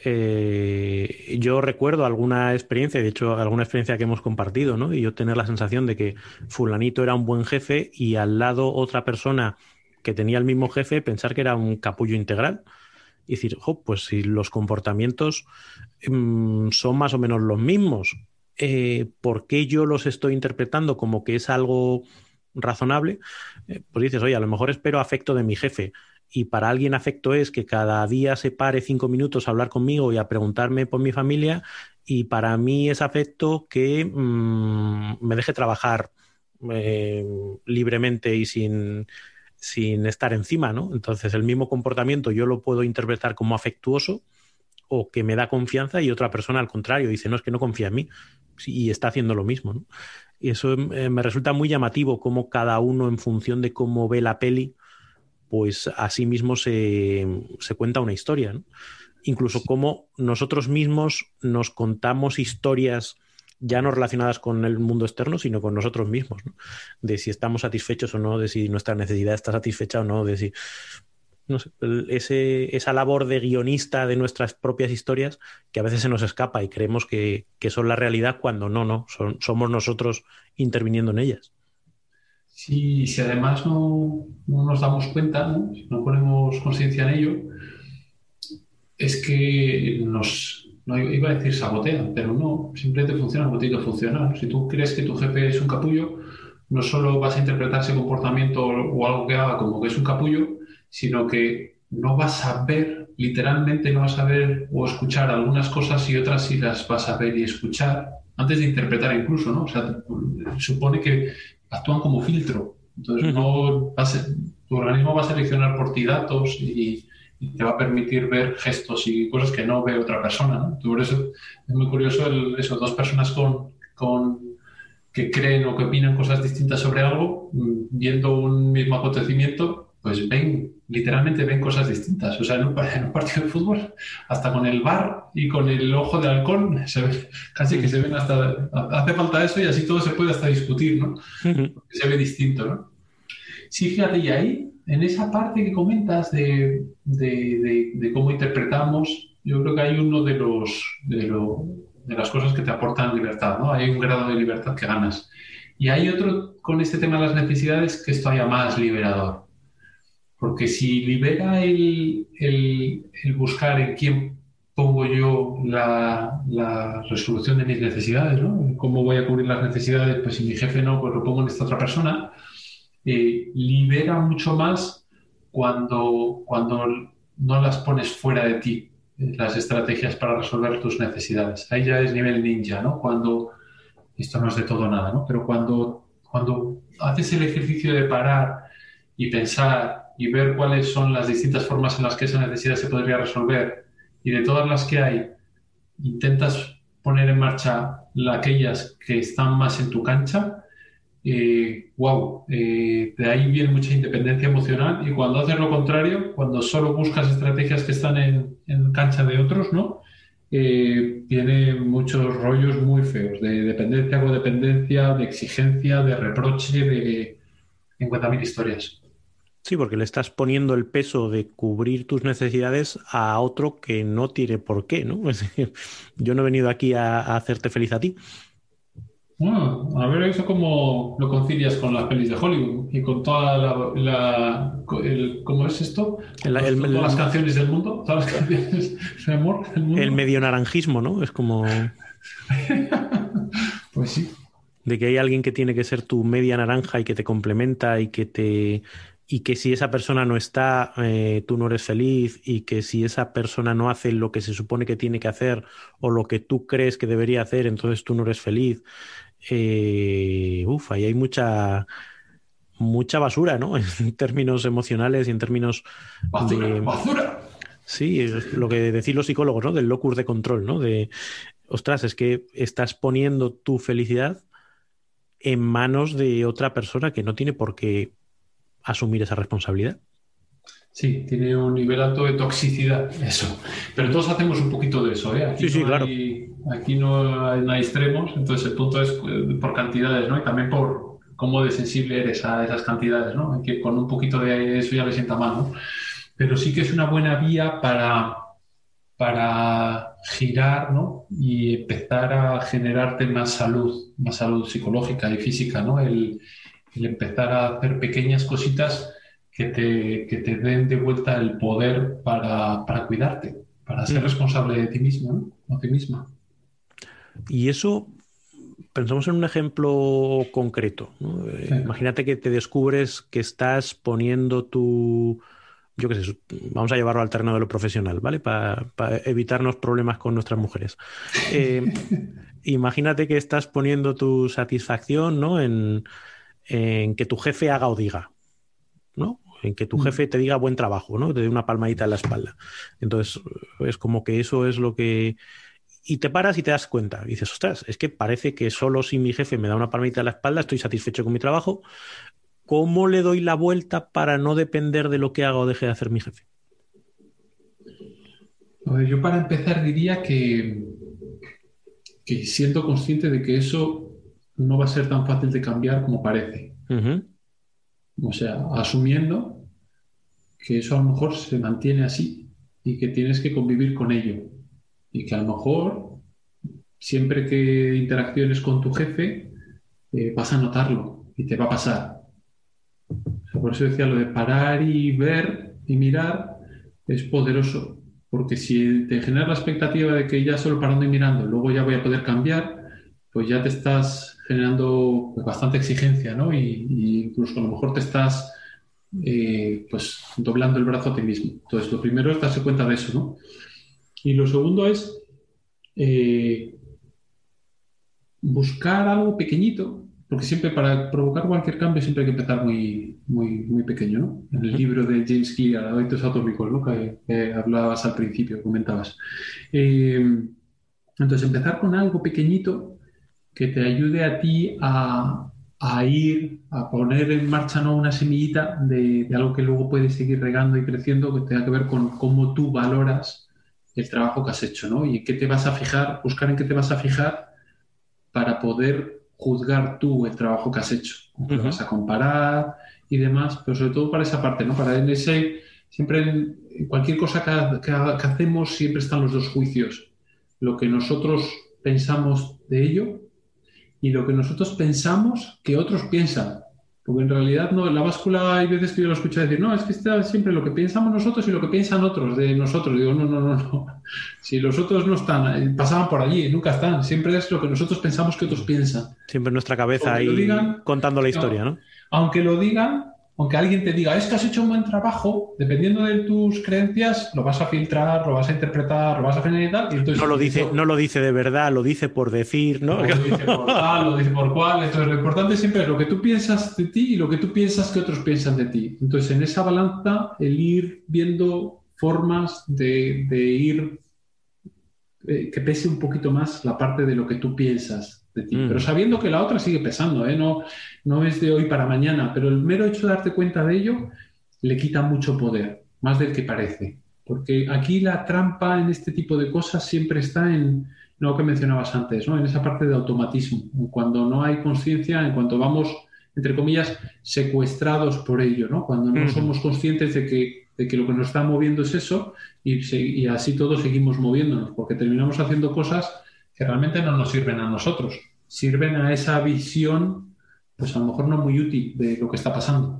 eh, yo recuerdo alguna experiencia, de hecho, alguna experiencia que hemos compartido, ¿no? Y yo tener la sensación de que fulanito era un buen jefe y al lado otra persona que tenía el mismo jefe pensar que era un capullo integral. Y decir, jo, pues si los comportamientos mm, son más o menos los mismos, eh, ¿por qué yo los estoy interpretando como que es algo razonable? Eh, pues dices, oye, a lo mejor espero afecto de mi jefe. Y para alguien afecto es que cada día se pare cinco minutos a hablar conmigo y a preguntarme por mi familia. Y para mí es afecto que mm, me deje trabajar eh, libremente y sin, sin estar encima, ¿no? Entonces, el mismo comportamiento yo lo puedo interpretar como afectuoso o que me da confianza y otra persona al contrario dice, no, es que no confía en mí sí, y está haciendo lo mismo, ¿no? Y eso eh, me resulta muy llamativo cómo cada uno en función de cómo ve la peli, pues así mismo se, se cuenta una historia, ¿no? Incluso cómo nosotros mismos nos contamos historias ya no relacionadas con el mundo externo, sino con nosotros mismos, ¿no? De si estamos satisfechos o no, de si nuestra necesidad está satisfecha o no, de si no sé, ese, esa labor de guionista de nuestras propias historias que a veces se nos escapa y creemos que, que son la realidad cuando no, no, son, somos nosotros interviniendo en ellas. Si, si además no, no nos damos cuenta, ¿no? Si no ponemos conciencia en ello, es que nos, no iba a decir sabotean, pero no, simplemente funciona como tiene que funcionar. Si tú crees que tu jefe es un capullo, no solo vas a interpretar ese comportamiento o algo que haga como que es un capullo, sino que no vas a ver, literalmente no vas a ver o escuchar algunas cosas y otras sí las vas a ver y escuchar antes de interpretar incluso, ¿no? O sea, supone que actúan como filtro. Entonces, Ujú. no va a ser- tu organismo va a seleccionar por ti datos y, y te va a permitir ver gestos y cosas que no ve otra persona, ¿no? Por eso es muy curioso el, eso, dos personas con, con que creen o que opinan cosas distintas sobre algo, mm, viendo un mismo acontecimiento, pues ven, literalmente ven cosas distintas. O sea, en un, en un partido de fútbol, hasta con el V A R y con el ojo de halcón, se ve, casi que Ujú. se ven hasta... Hace falta eso y así todo se puede hasta discutir, ¿no? Ujú. Porque se ve distinto, ¿no? Sí, fíjate, y ahí, en esa parte que comentas de, de, de, de cómo interpretamos, yo creo que hay uno de los de, lo, de las cosas que te aportan libertad, ¿no? Hay un grado de libertad que ganas. Y hay otro con este tema de las necesidades que es todavía más liberador. Porque si libera el, el, el buscar en quién pongo yo la, la resolución de mis necesidades, ¿no? ¿Cómo voy a cubrir las necesidades? Pues si mi jefe no, pues lo pongo en esta otra persona, eh, libera mucho más cuando, cuando no las pones fuera de ti, eh, las estrategias para resolver tus necesidades. Ahí ya es nivel ninja, ¿no? Cuando esto no es de todo nada, ¿no? Pero cuando, cuando haces el ejercicio de parar y pensar y ver cuáles son las distintas formas en las que esa necesidad se podría resolver y de todas las que hay, intentas poner en marcha la- aquellas que están más en tu cancha, eh, wow, eh, de ahí viene mucha independencia emocional y cuando haces lo contrario, cuando solo buscas estrategias que están en, en cancha de otros, ¿no? Eh, tiene muchos rollos muy feos de dependencia, codependencia, de exigencia, de reproche, de cincuenta mil historias. Sí, porque le estás poniendo el peso de cubrir tus necesidades a otro que no tiene por qué, ¿no? Es decir, yo no he venido aquí a, a hacerte feliz a ti. Bueno, a ver eso cómo lo concilias con las pelis de Hollywood y con toda la, la- el- ¿cómo es esto? Con El, todas, el- todas las el- canciones del mundo, todas las canciones de amor del el mundo. medio naranjismo, ¿no? Es como Pues sí. de que hay alguien que tiene que ser tu media naranja y que te complementa y que te y que si esa persona no está, eh, tú no eres feliz y que si esa persona no hace lo que se supone que tiene que hacer o lo que tú crees que debería hacer, entonces tú no eres feliz. Eh, uf, ahí hay mucha mucha basura, ¿no? En términos emocionales y en términos Basura, de, basura. sí, es lo que decís los psicólogos, ¿no? Del locus de control, ¿no? De, ostras, es que estás poniendo tu felicidad en manos de otra persona que no tiene por qué asumir esa responsabilidad. Sí, tiene un nivel alto de toxicidad, eso. Pero Ujú. todos hacemos un poquito de eso, ¿eh? Aquí Sí, sí, no claro. hay, aquí no hay, no hay extremos, entonces el punto es eh, por cantidades, ¿no? Y también por cómo de sensible eres a esas cantidades, ¿no? Hay que con un poquito de eso ya le sienta mal, ¿no? Pero sí que es una buena vía para, para girar, ¿no? Y empezar a generarte más salud, más salud psicológica y física, ¿no? El, el empezar a hacer pequeñas cositas que te, que te den de vuelta el poder para, para cuidarte, para ser Ujú. responsable de ti mismo, ¿no? O ti misma. Y eso, pensamos en un ejemplo concreto, ¿no? Eh, Venga. imagínate que te descubres que estás poniendo tu, yo qué sé, su- vamos a llevarlo al terreno de lo profesional, ¿vale? Para evitarnos problemas con nuestras mujeres. Eh, imagínate que estás poniendo tu satisfacción, ¿no? En, en que tu jefe haga o diga, ¿no? En que tu jefe Mm. te diga buen trabajo, ¿no? Te dé una palmadita en la espalda. Entonces, es como que eso es lo que... Y te paras y te das cuenta. Y dices, ostras, es que parece que solo si mi jefe me da una palmadita en la espalda estoy satisfecho con mi trabajo. ¿Cómo le doy la vuelta para no depender de lo que haga o deje de hacer mi jefe? A ver, yo para empezar diría que, que siendo consciente de que eso no va a ser tan fácil de cambiar como parece. Ujú. O sea, asumiendo que eso a lo mejor se mantiene así y que tienes que convivir con ello. Y que a lo mejor siempre que interacciones con tu jefe eh, vas a notarlo y te va a pasar. O sea, por eso decía lo de parar y ver y mirar es poderoso. porque si te generas la expectativa de que ya solo parando y mirando, luego ya voy a poder cambiar, pues ya te estás generando pues, bastante exigencia, ¿no? Y, y incluso a lo mejor te estás eh, pues doblando el brazo a ti mismo. Entonces, lo primero es darse cuenta de eso, ¿no? Y lo segundo es eh, buscar algo pequeñito, porque siempre para provocar cualquier cambio siempre hay que empezar muy, muy, muy pequeño, ¿no? En el libro de James Clear, Hábitos Atómicos, ¿no? Que, que hablabas al principio, comentabas. Eh, entonces, empezar con algo pequeñito que te ayude a ti a, a ir, a poner en marcha, ¿no? Una semillita de, de algo que luego puedes seguir regando y creciendo, que tenga que ver con cómo tú valoras el trabajo que has hecho, ¿no? Y en qué te vas a fijar, buscar en qué te vas a fijar para poder juzgar tú el trabajo que has hecho. Aunque lo vas a comparar y demás, pero sobre todo para esa parte, ¿no? Para en ese, siempre en, en cualquier cosa que, que, que hacemos siempre están los dos juicios. Lo que nosotros pensamos de ello y lo que nosotros pensamos que otros piensan. Porque en realidad no, la báscula hay veces que yo lo escucho decir, no, es que está siempre lo que pensamos nosotros y lo que piensan otros de nosotros. Digo, no, no, no, no. Si los otros no están, pasaban por allí, nunca están. Siempre es lo que nosotros pensamos que otros piensan. Siempre en nuestra cabeza Aunque lo ahí digan, contando la historia, no, ¿no? aunque lo digan, aunque alguien te diga, es que has hecho un buen trabajo, dependiendo de tus creencias, lo vas a filtrar, lo vas a interpretar, lo vas a generar y entonces... No lo dice, eso, no lo dice de verdad, lo dice por decir, ¿no? lo dice por tal, lo dice por cual. Entonces, lo importante siempre es lo que tú piensas de ti y lo que tú piensas que otros piensan de ti. Entonces, en esa balanza, el ir viendo formas de, de ir eh, que pese un poquito más la parte de lo que tú piensas de ti, Mm. pero sabiendo que la otra sigue pesando, ¿eh? No, no es de hoy para mañana, pero el mero hecho de darte cuenta de ello le quita mucho poder, más del que parece. Porque aquí la trampa en este tipo de cosas siempre está en lo que mencionabas antes, ¿no? En esa parte de automatismo, cuando no hay conciencia, en cuanto vamos, entre comillas, secuestrados por ello, ¿no? Cuando no Mm-hmm. somos conscientes de que, de que lo que nos está moviendo es eso y, se, y así todos seguimos moviéndonos, porque terminamos haciendo cosas que realmente no nos sirven a nosotros, sirven a esa visión, pues a lo mejor no muy útil de lo que está pasando.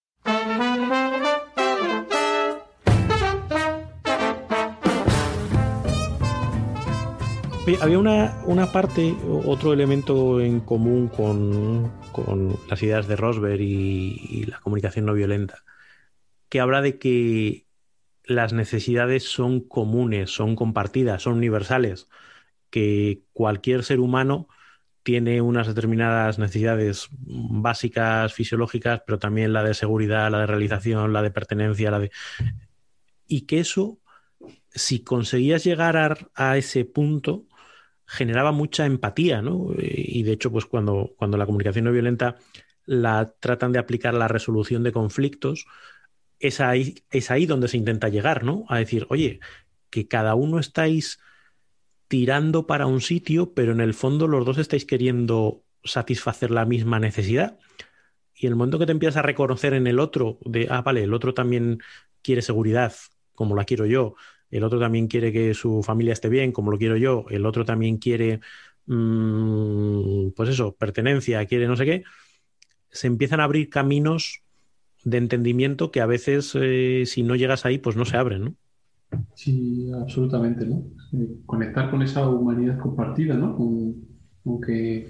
Oye, había una, una parte, otro elemento en común con, con las ideas de Rosberg y, y la comunicación no violenta, que habla de que las necesidades son comunes, son compartidas, son universales, que cualquier ser humano tiene unas determinadas necesidades básicas, fisiológicas, pero también la de seguridad, la de realización, la de pertenencia, la de... Y que eso, si conseguías llegar a, a ese punto, generaba mucha empatía, ¿no? Y de hecho, pues cuando, cuando la comunicación no violenta la tratan de aplicar a la resolución de conflictos, es ahí, es ahí donde se intenta llegar, ¿no? A decir, oye, que cada uno estáis tirando para un sitio, pero en el fondo los dos estáis queriendo satisfacer la misma necesidad. Y el momento que te empiezas a reconocer en el otro, de, ah, vale, el otro también quiere seguridad, como la quiero yo, el otro también quiere que su familia esté bien, como lo quiero yo, el otro también quiere, mmm, pues eso, pertenencia, quiere no sé qué, se empiezan a abrir caminos de entendimiento que a veces, eh, si no llegas ahí, pues no se abren, ¿no? Sí, absolutamente, ¿no? Eh, conectar con esa humanidad compartida, ¿no? Con, con que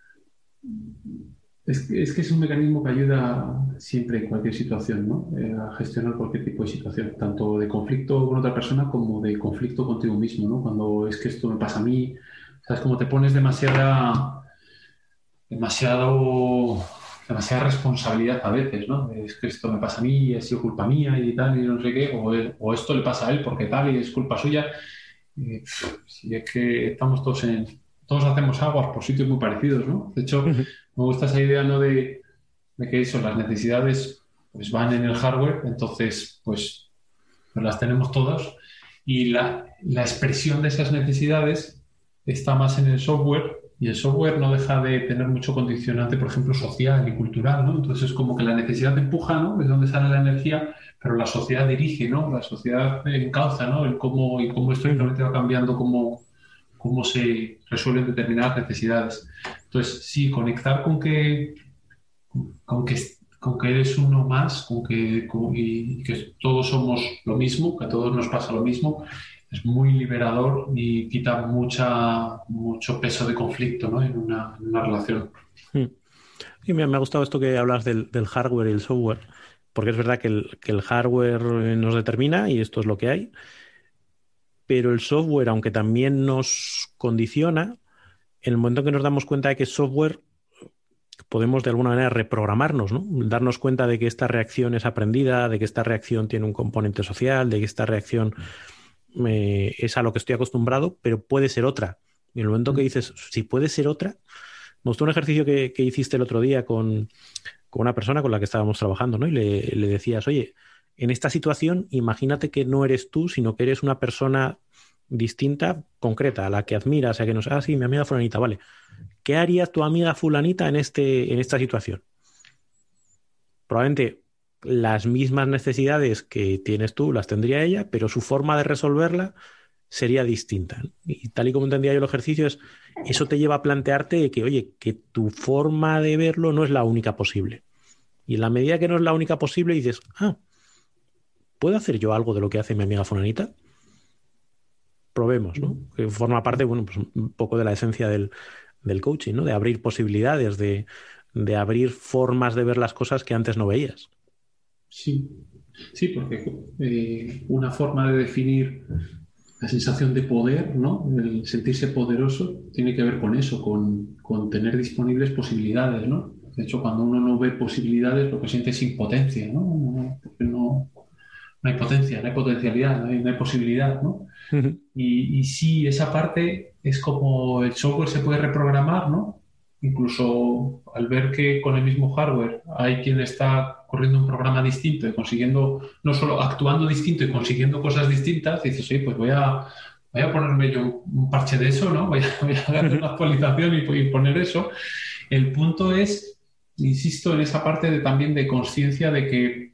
es, es que es un mecanismo que ayuda siempre en cualquier situación, ¿no? Eh, a gestionar cualquier tipo de situación, tanto de conflicto con otra persona como de conflicto contigo mismo, ¿no? Cuando es que esto me pasa a mí, ¿sabes? Como te pones demasiada, demasiado, demasiada responsabilidad a veces, ¿no? Es que esto me pasa a mí y ha sido culpa mía y tal y no sé qué, o, o esto le pasa a él porque tal y es culpa suya. Y, si es que estamos todos en... Todos hacemos aguas por sitios muy parecidos, ¿no? De hecho, Uh-huh. me gusta esa idea, ¿no? De, de que eso, las necesidades pues van en el hardware, entonces pues, pues las tenemos todos y la, la expresión de esas necesidades está más en el software y el software no deja de tener mucho condicionante, por ejemplo, social y cultural, ¿no? Entonces es como que la necesidad empuja, ¿no? Es donde sale la energía, pero la sociedad dirige, ¿no? La sociedad encauza, ¿no? El cómo, y cómo esto realmente va cambiando, cómo, cómo se resuelven determinadas necesidades. Entonces, sí, conectar con que, con que con que eres uno más, con que, con- y que todos somos lo mismo, que a todos nos pasa lo mismo, es muy liberador y quita mucha, mucho peso de conflicto, ¿no? en una, en una relación. Mm. Y me, me ha gustado esto que hablas del, del hardware y el software, porque es verdad que el, que el hardware eh, nos determina y esto es lo que hay, pero el software, aunque también nos condiciona, en el momento en que nos damos cuenta de que es software, podemos de alguna manera reprogramarnos, ¿no? Darnos cuenta de que esta reacción es aprendida, de que esta reacción tiene un componente social, de que esta reacción eh, es a lo que estoy acostumbrado, pero puede ser otra. Y en el momento que dices, si puede ser otra, me gustó un ejercicio que, que hiciste el otro día con, con una persona con la que estábamos trabajando, ¿no? Y le, le decías, oye, en esta situación, imagínate que no eres tú, sino que eres una persona distinta, concreta, a la que admiras, a que nos, ah, sí, mi amiga fulanita, vale. ¿Qué haría tu amiga fulanita en este, en esta situación? Probablemente las mismas necesidades que tienes tú las tendría ella, pero su forma de resolverla sería distinta. Y tal y como entendía yo el ejercicio, es eso te lleva a plantearte que, oye, que tu forma de verlo no es la única posible. Y en la medida que no es la única posible, dices, ah, ¿puedo hacer yo algo de lo que hace mi amiga fulanita? Probemos, ¿no? Que forma parte, bueno, pues un poco de la esencia del, del coaching, ¿no? De abrir posibilidades, de, de abrir formas de ver las cosas que antes no veías. Sí, sí, porque eh, una forma de definir la sensación de poder, ¿no? El sentirse poderoso tiene que ver con eso, con, con tener disponibles posibilidades, ¿no? De hecho, cuando uno no ve posibilidades, lo que siente es impotencia, ¿no? No- Porque no, no hay potencia, no hay potencialidad, no hay, no hay posibilidad, ¿no? Y, y sí, esa parte es como el software se puede reprogramar, ¿no? Incluso al ver que con el mismo hardware hay quien está corriendo un programa distinto y consiguiendo, no solo actuando distinto y consiguiendo cosas distintas, dices, sí, pues voy a, voy a ponerme yo un parche de eso, ¿no? Voy a, voy a hacer una actualización y, y poner eso. El punto es, insisto, en esa parte de, también de conciencia de que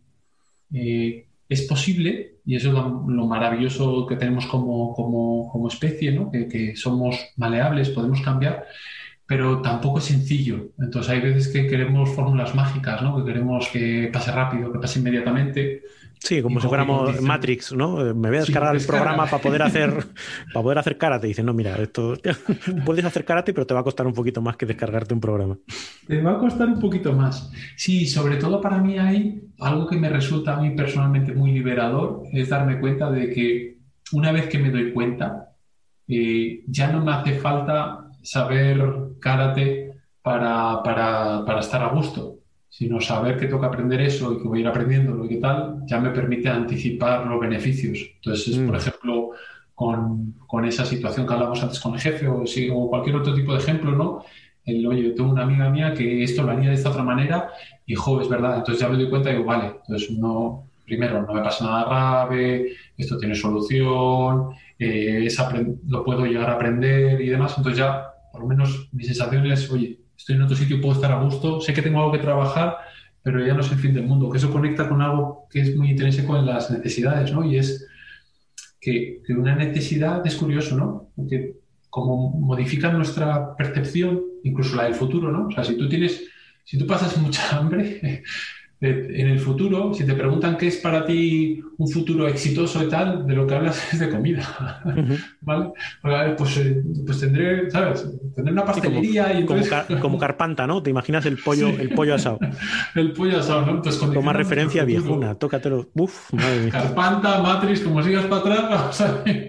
eh, es posible, y eso es lo, lo maravilloso que tenemos como, como, como especie, ¿no? Que, que somos maleables, podemos cambiar, pero tampoco es sencillo. Entonces hay veces que queremos fórmulas mágicas, ¿no? Que queremos que pase rápido, que pase inmediatamente Sí, y como si con qué fuéramos condición. Matrix, ¿no? Eh, Me voy a Sí, descargar el programa descárgame. para poder hacer, para poder hacer karate. Dice, no, mira, esto puedes hacer karate, pero te va a costar un poquito más que descargarte un programa. Te va a costar un poquito más. Sí, sobre todo para mí hay algo que me resulta a mí personalmente muy liberador, es darme cuenta de que una vez que me doy cuenta, eh, ya no me hace falta saber karate para, para, para estar a gusto, sino saber que tengo que aprender eso y que voy a ir aprendiéndolo y qué tal, ya me permite anticipar los beneficios. Entonces, por Mm. ejemplo, con, con esa situación que hablamos antes con el jefe o, si- o cualquier otro tipo de ejemplo, ¿no? El, oye, yo tengo una amiga mía que esto lo haría de esta otra manera y, jo, es verdad. Entonces ya me doy cuenta y digo, vale, entonces no, primero, no me pasa nada grave, esto tiene solución, eh, es apren- lo puedo llegar a aprender y demás. Entonces ya, por lo menos, mi sensación es, oye, estoy en otro sitio, puedo estar a gusto, sé que tengo algo que trabajar, pero ya no es el fin del mundo, que eso conecta con algo que es muy intrínseco en las necesidades, ¿no? Y es que, que una necesidad es curioso, ¿no? Porque como modifica nuestra percepción, incluso la del futuro, ¿no? O sea, si tú tienes, si tú pasas mucha hambre, en el futuro, si te preguntan qué es para ti un futuro exitoso y tal, de lo que hablas es de comida, Ujú. ¿vale? Pues, a ver, pues, eh, pues tendré, ¿sabes? Tendré una Sí, como, pastelería y como, entonces, car- como Carpanta, ¿no? ¿Te imaginas el pollo, el sí, pollo asado? el pollo asado, ¿no? Entonces Toma condiciona nuestro referencia viejuna, futuro. tócatelo. Uf, madre mía. Carpanta, Matrix, como sigas para atrás, vamos a ver.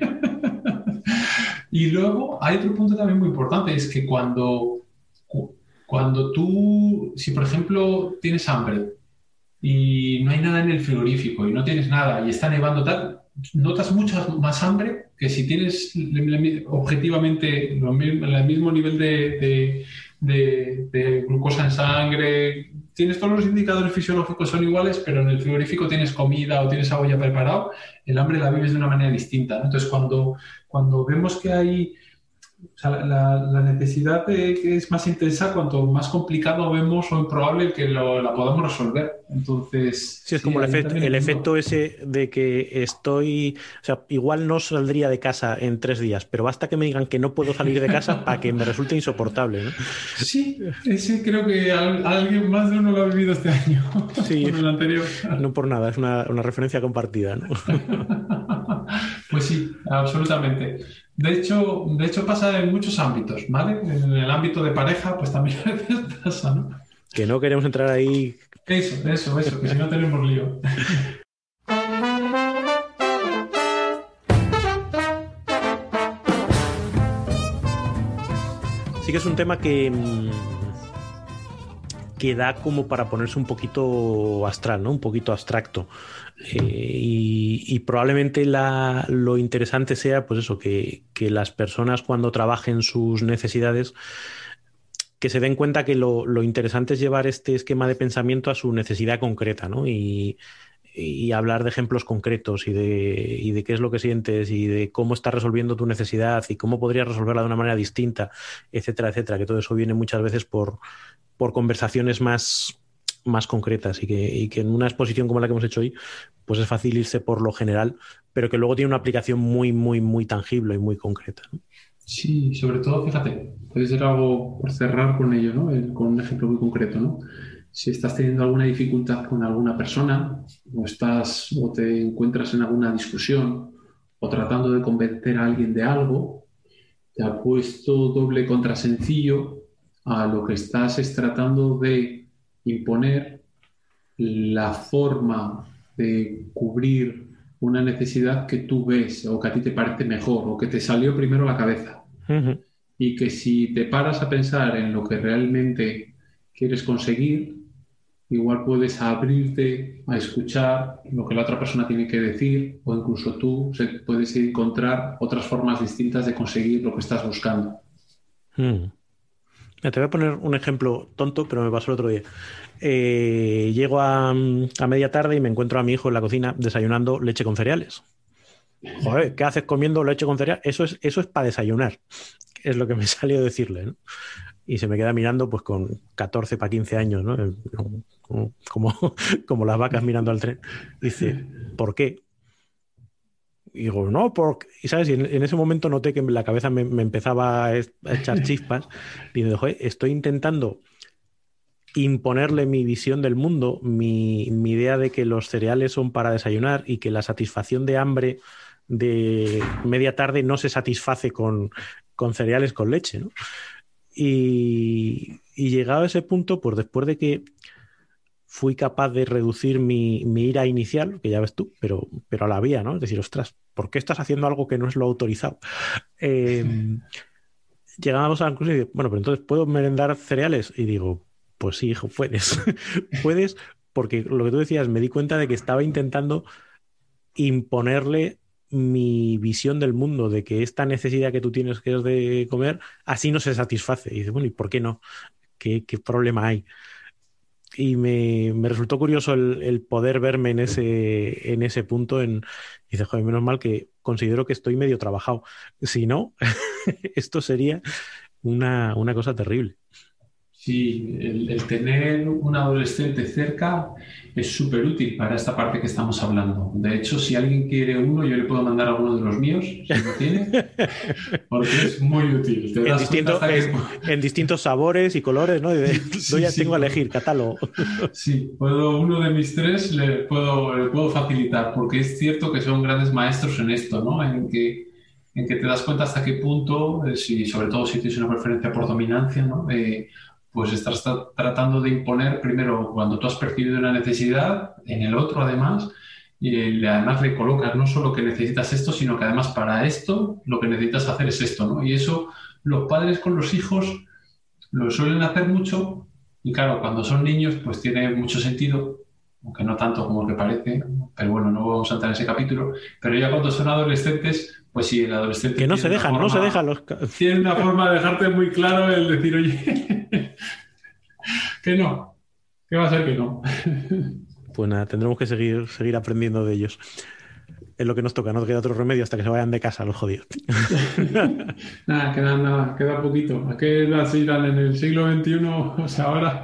Y luego hay otro punto también muy importante, es que cuando, cuando tú, si por ejemplo tienes hambre y no hay nada en el frigorífico y no tienes nada y está nevando tal, notas mucha más hambre que si tienes le- le- objetivamente lo mismo- el mismo nivel de, de- de- de glucosa en sangre, tienes todos los indicadores fisiológicos son iguales, pero en el frigorífico tienes comida o tienes algo ya preparado, el hambre la vives de una manera distinta, ¿no? Entonces, cuando, cuando vemos que hay O sea, la, la necesidad de, que es más intensa cuanto más complicado vemos o improbable que lo, la podamos resolver. Entonces, Sí, es sí, como el ahí efecto, también el efecto entiendo. ese de que estoy, o sea, igual no saldría de casa en tres días, pero basta que me digan que no puedo salir de casa para que me resulte insoportable, ¿no? Sí, ese creo que al- alguien más de uno lo ha vivido este año Sí, con el anterior. no por nada, es una, una referencia compartida, ¿no? Pues sí, absolutamente. De hecho, de hecho pasa en muchos ámbitos, ¿vale? En el ámbito de pareja, pues también a veces pasa, ¿no? Que no queremos entrar ahí. Eso, eso, eso, que si no tenemos lío. Sí que es un tema que, mm, que da como para ponerse un poquito astral, ¿no? Un poquito abstracto. Eh, y, y probablemente la, lo interesante sea, pues eso, que, que las personas cuando trabajen sus necesidades, que se den cuenta que lo, lo interesante es llevar este esquema de pensamiento a su necesidad concreta, ¿no? Y, y hablar de ejemplos concretos y de, y de qué es lo que sientes y de cómo estás resolviendo tu necesidad y cómo podrías resolverla de una manera distinta, etcétera, etcétera. Que todo eso viene muchas veces por, por conversaciones más, más concretas y que, y que en una exposición como la que hemos hecho hoy, pues es fácil irse por lo general, pero que luego tiene una aplicación muy, muy, muy tangible y muy concreta, ¿no? Sí, sobre todo, fíjate, puede ser algo por cerrar con ello, ¿no? El- con un ejemplo muy concreto, ¿no? Si estás teniendo alguna dificultad con alguna persona, o estás, o te encuentras en alguna discusión, o tratando de convencer a alguien de algo, te ha puesto doble contrasencillo a lo que estás es tratando de imponer la forma de cubrir una necesidad que tú ves o que a ti te parece mejor o que te salió primero a la cabeza. Ujú. Y que si te paras a pensar en lo que realmente quieres conseguir, igual puedes abrirte a escuchar lo que la otra persona tiene que decir o incluso tú se- puedes encontrar otras formas distintas de conseguir lo que estás buscando. Mm. Mira, te voy a poner un ejemplo tonto, pero me pasó el otro día. Eh, llego a, a media tarde y me encuentro a mi hijo en la cocina desayunando leche con cereales. Joder, ¿qué haces comiendo leche con cereal? Eso es, eso es para desayunar, es lo que me salió decirle, ¿no? Y se me queda mirando pues con catorce para quince años, ¿no? Como, como, como las vacas mirando al tren. Dice, ¿por qué? Y digo, no, porque... Y sabes, y en, en ese momento noté que la cabeza me, me empezaba a, es- a echar chispas. Y me dijo, estoy intentando imponerle mi visión del mundo, mi, mi idea de que los cereales son para desayunar y que la satisfacción de hambre de media tarde no se satisface con, con cereales con leche, ¿no? Y, y llegado a ese punto, pues después de que fui capaz de reducir mi, mi ira inicial, que ya ves tú, pero, pero a la vía, ¿no? Es decir, ostras, ¿por qué estás haciendo algo que no es lo autorizado? Eh, Llegábamos a la conclusión de, bueno, pero entonces, ¿puedo merendar cereales? Y digo, pues sí, hijo, puedes. Puedes, porque lo que tú decías, me di cuenta de que estaba intentando imponerle mi visión del mundo, de que esta necesidad que tú tienes que es de comer, así no se satisface. Y dice, bueno, ¿y por qué no? ¿Qué, qué problema hay? Y me, me resultó curioso el, el poder verme en ese, en ese punto. En, y dice, joder, menos mal que considero que estoy medio trabajado. Si no, esto sería una, una cosa terrible. Sí, el, el tener un adolescente cerca es súper útil para esta parte que estamos hablando. De hecho, si alguien quiere uno, yo le puedo mandar a uno de los míos, si lo tiene, porque es muy útil. Te En, das cuenta distinto, hasta es, qué... en distintos sabores y colores, ¿no? Y de, no, Sí, ya sí, tengo a puedo. elegir catálogo. Sí, puedo, uno de mis tres le puedo, le puedo facilitar, porque es cierto que son grandes maestros en esto, ¿no? En que, en que te das cuenta hasta qué punto, eh, si, sobre todo si tienes una preferencia por dominancia, ¿no? Eh, pues estás tra- tratando de imponer primero cuando tú has percibido una necesidad, en el otro además, y eh, le- además le colocas no solo que necesitas esto, sino que además para esto lo que necesitas hacer es esto, ¿no? Y eso los padres con los hijos lo suelen hacer mucho y claro, cuando son niños pues tiene mucho sentido, aunque no tanto como que parece, pero bueno, no vamos a entrar en ese capítulo, pero ya cuando son adolescentes, pues sí, el adolescente Que no tiene se una dejan, no se dejan forma, los... ca- tiene una forma de dejarte muy claro el decir, oye, que no, que va a ser que no. Pues nada, tendremos que seguir, seguir aprendiendo de ellos. Es lo que nos toca, no queda otro remedio hasta que se vayan de casa los jodidos. Nada, queda nada, queda poquito. ¿A qué edad se irán en el siglo veintiuno? O sea, ahora...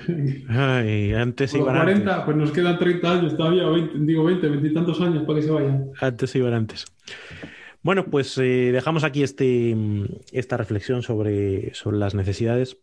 Ay, antes Por los iban cuarenta, antes. pues nos quedan treinta años todavía, veinte, digo veinte, veinte y tantos años para que se vayan. Antes iban antes. Bueno, pues eh, dejamos aquí este, esta reflexión sobre, sobre las necesidades.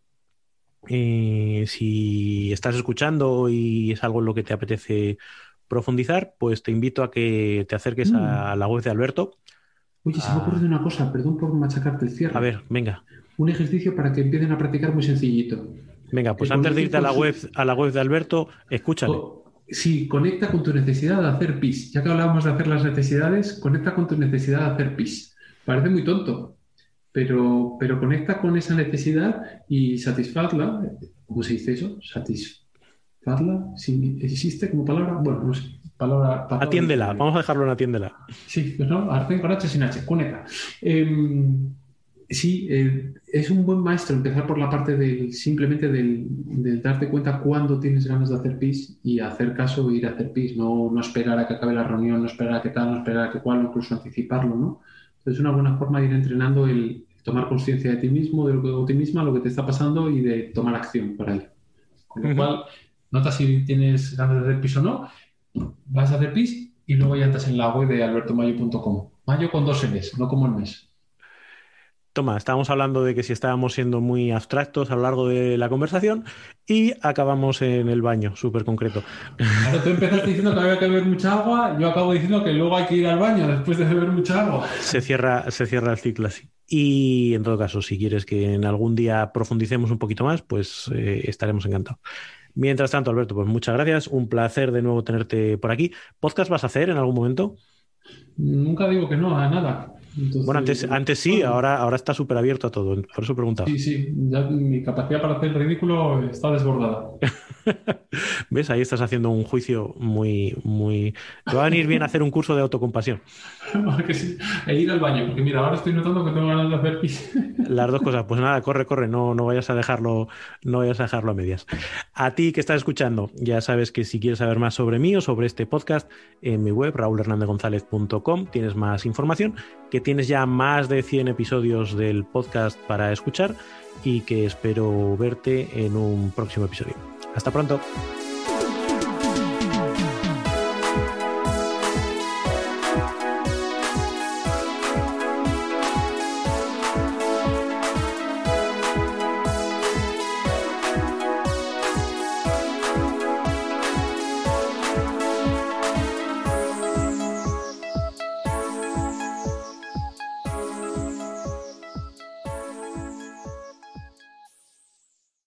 Eh, si estás escuchando y es algo en lo que te apetece profundizar, pues te invito a que te acerques a Mm. la web de Alberto. Oye, se me ha ocurrido A, una cosa, perdón por machacarte el a cierre. ver, venga, Un ejercicio para que empiecen a practicar muy sencillito. venga, Que pues con antes de decir irte a con la web, su... a la web de Alberto, escúchale. co- Sí, conecta con tu necesidad de hacer pis. Ya que hablábamos de hacer las necesidades, conecta con tu necesidad de hacer pis. Parece muy tonto, pero, pero conecta con esa necesidad y satisfazla. ¿Cómo se dice eso? Satisfazla. ¿Sí existe como palabra? Bueno, no sé. Palabra, palabra Atiéndela, diccionario. vamos a dejarlo en atiéndela. Sí, pues no, Arcén con H sin H, conecta. Em, sí, eh, es un buen maestro empezar por la parte del simplemente del, del darte cuenta cuándo tienes ganas de hacer pis y hacer caso e ir a hacer pis, no, no esperar a que acabe la reunión, no esperar a que tal, no esperar a que cual, incluso anticiparlo, ¿no? Entonces es una buena forma de ir entrenando el tomar conciencia de ti mismo, de lo que de ti misma, lo que te está pasando y de tomar acción para ello. Con lo Ujú. cual, nota si tienes ganas de hacer pis o no, vas a hacer pis y luego ya entras en la web de alberto mayo punto com. Mayo con dos L's, no como el mes. Toma, estábamos hablando de que si estábamos siendo muy abstractos a lo largo de la conversación y acabamos en el baño, súper concreto. Claro, tú empezaste diciendo que había que beber mucha agua, yo acabo diciendo que luego hay que ir al baño después de beber mucha agua. Se cierra, se cierra el ciclo así. Y en todo caso, si quieres que en algún día profundicemos un poquito más, pues eh, estaremos encantados. Mientras tanto, Alberto, pues muchas gracias. Un placer de nuevo tenerte por aquí. ¿Podcast vas a hacer en algún momento? Nunca digo que no a nada. Bueno, antes, Entonces, antes sí, bueno, ahora, ahora está súper abierto a todo. Por eso preguntaba. sí, sí, ya mi capacidad para hacer el ridículo está desbordada. ¿Ves? Ahí estás haciendo un juicio muy, muy... Te va a venir bien hacer un curso de autocompasión. Que sí, e ir al baño, porque mira, ahora estoy notando que tengo ganas de hacer pis. Las dos cosas. Pues nada, corre, corre, no, no vayas a dejarlo, no vayas a dejarlo a medias. A ti que estás escuchando, ya sabes que si quieres saber más sobre mí o sobre este podcast, en mi web, raúl hernández gonzález punto com, tienes más información, que tienes ya más de cien episodios del podcast para escuchar y que espero verte en un próximo episodio. Hasta pronto.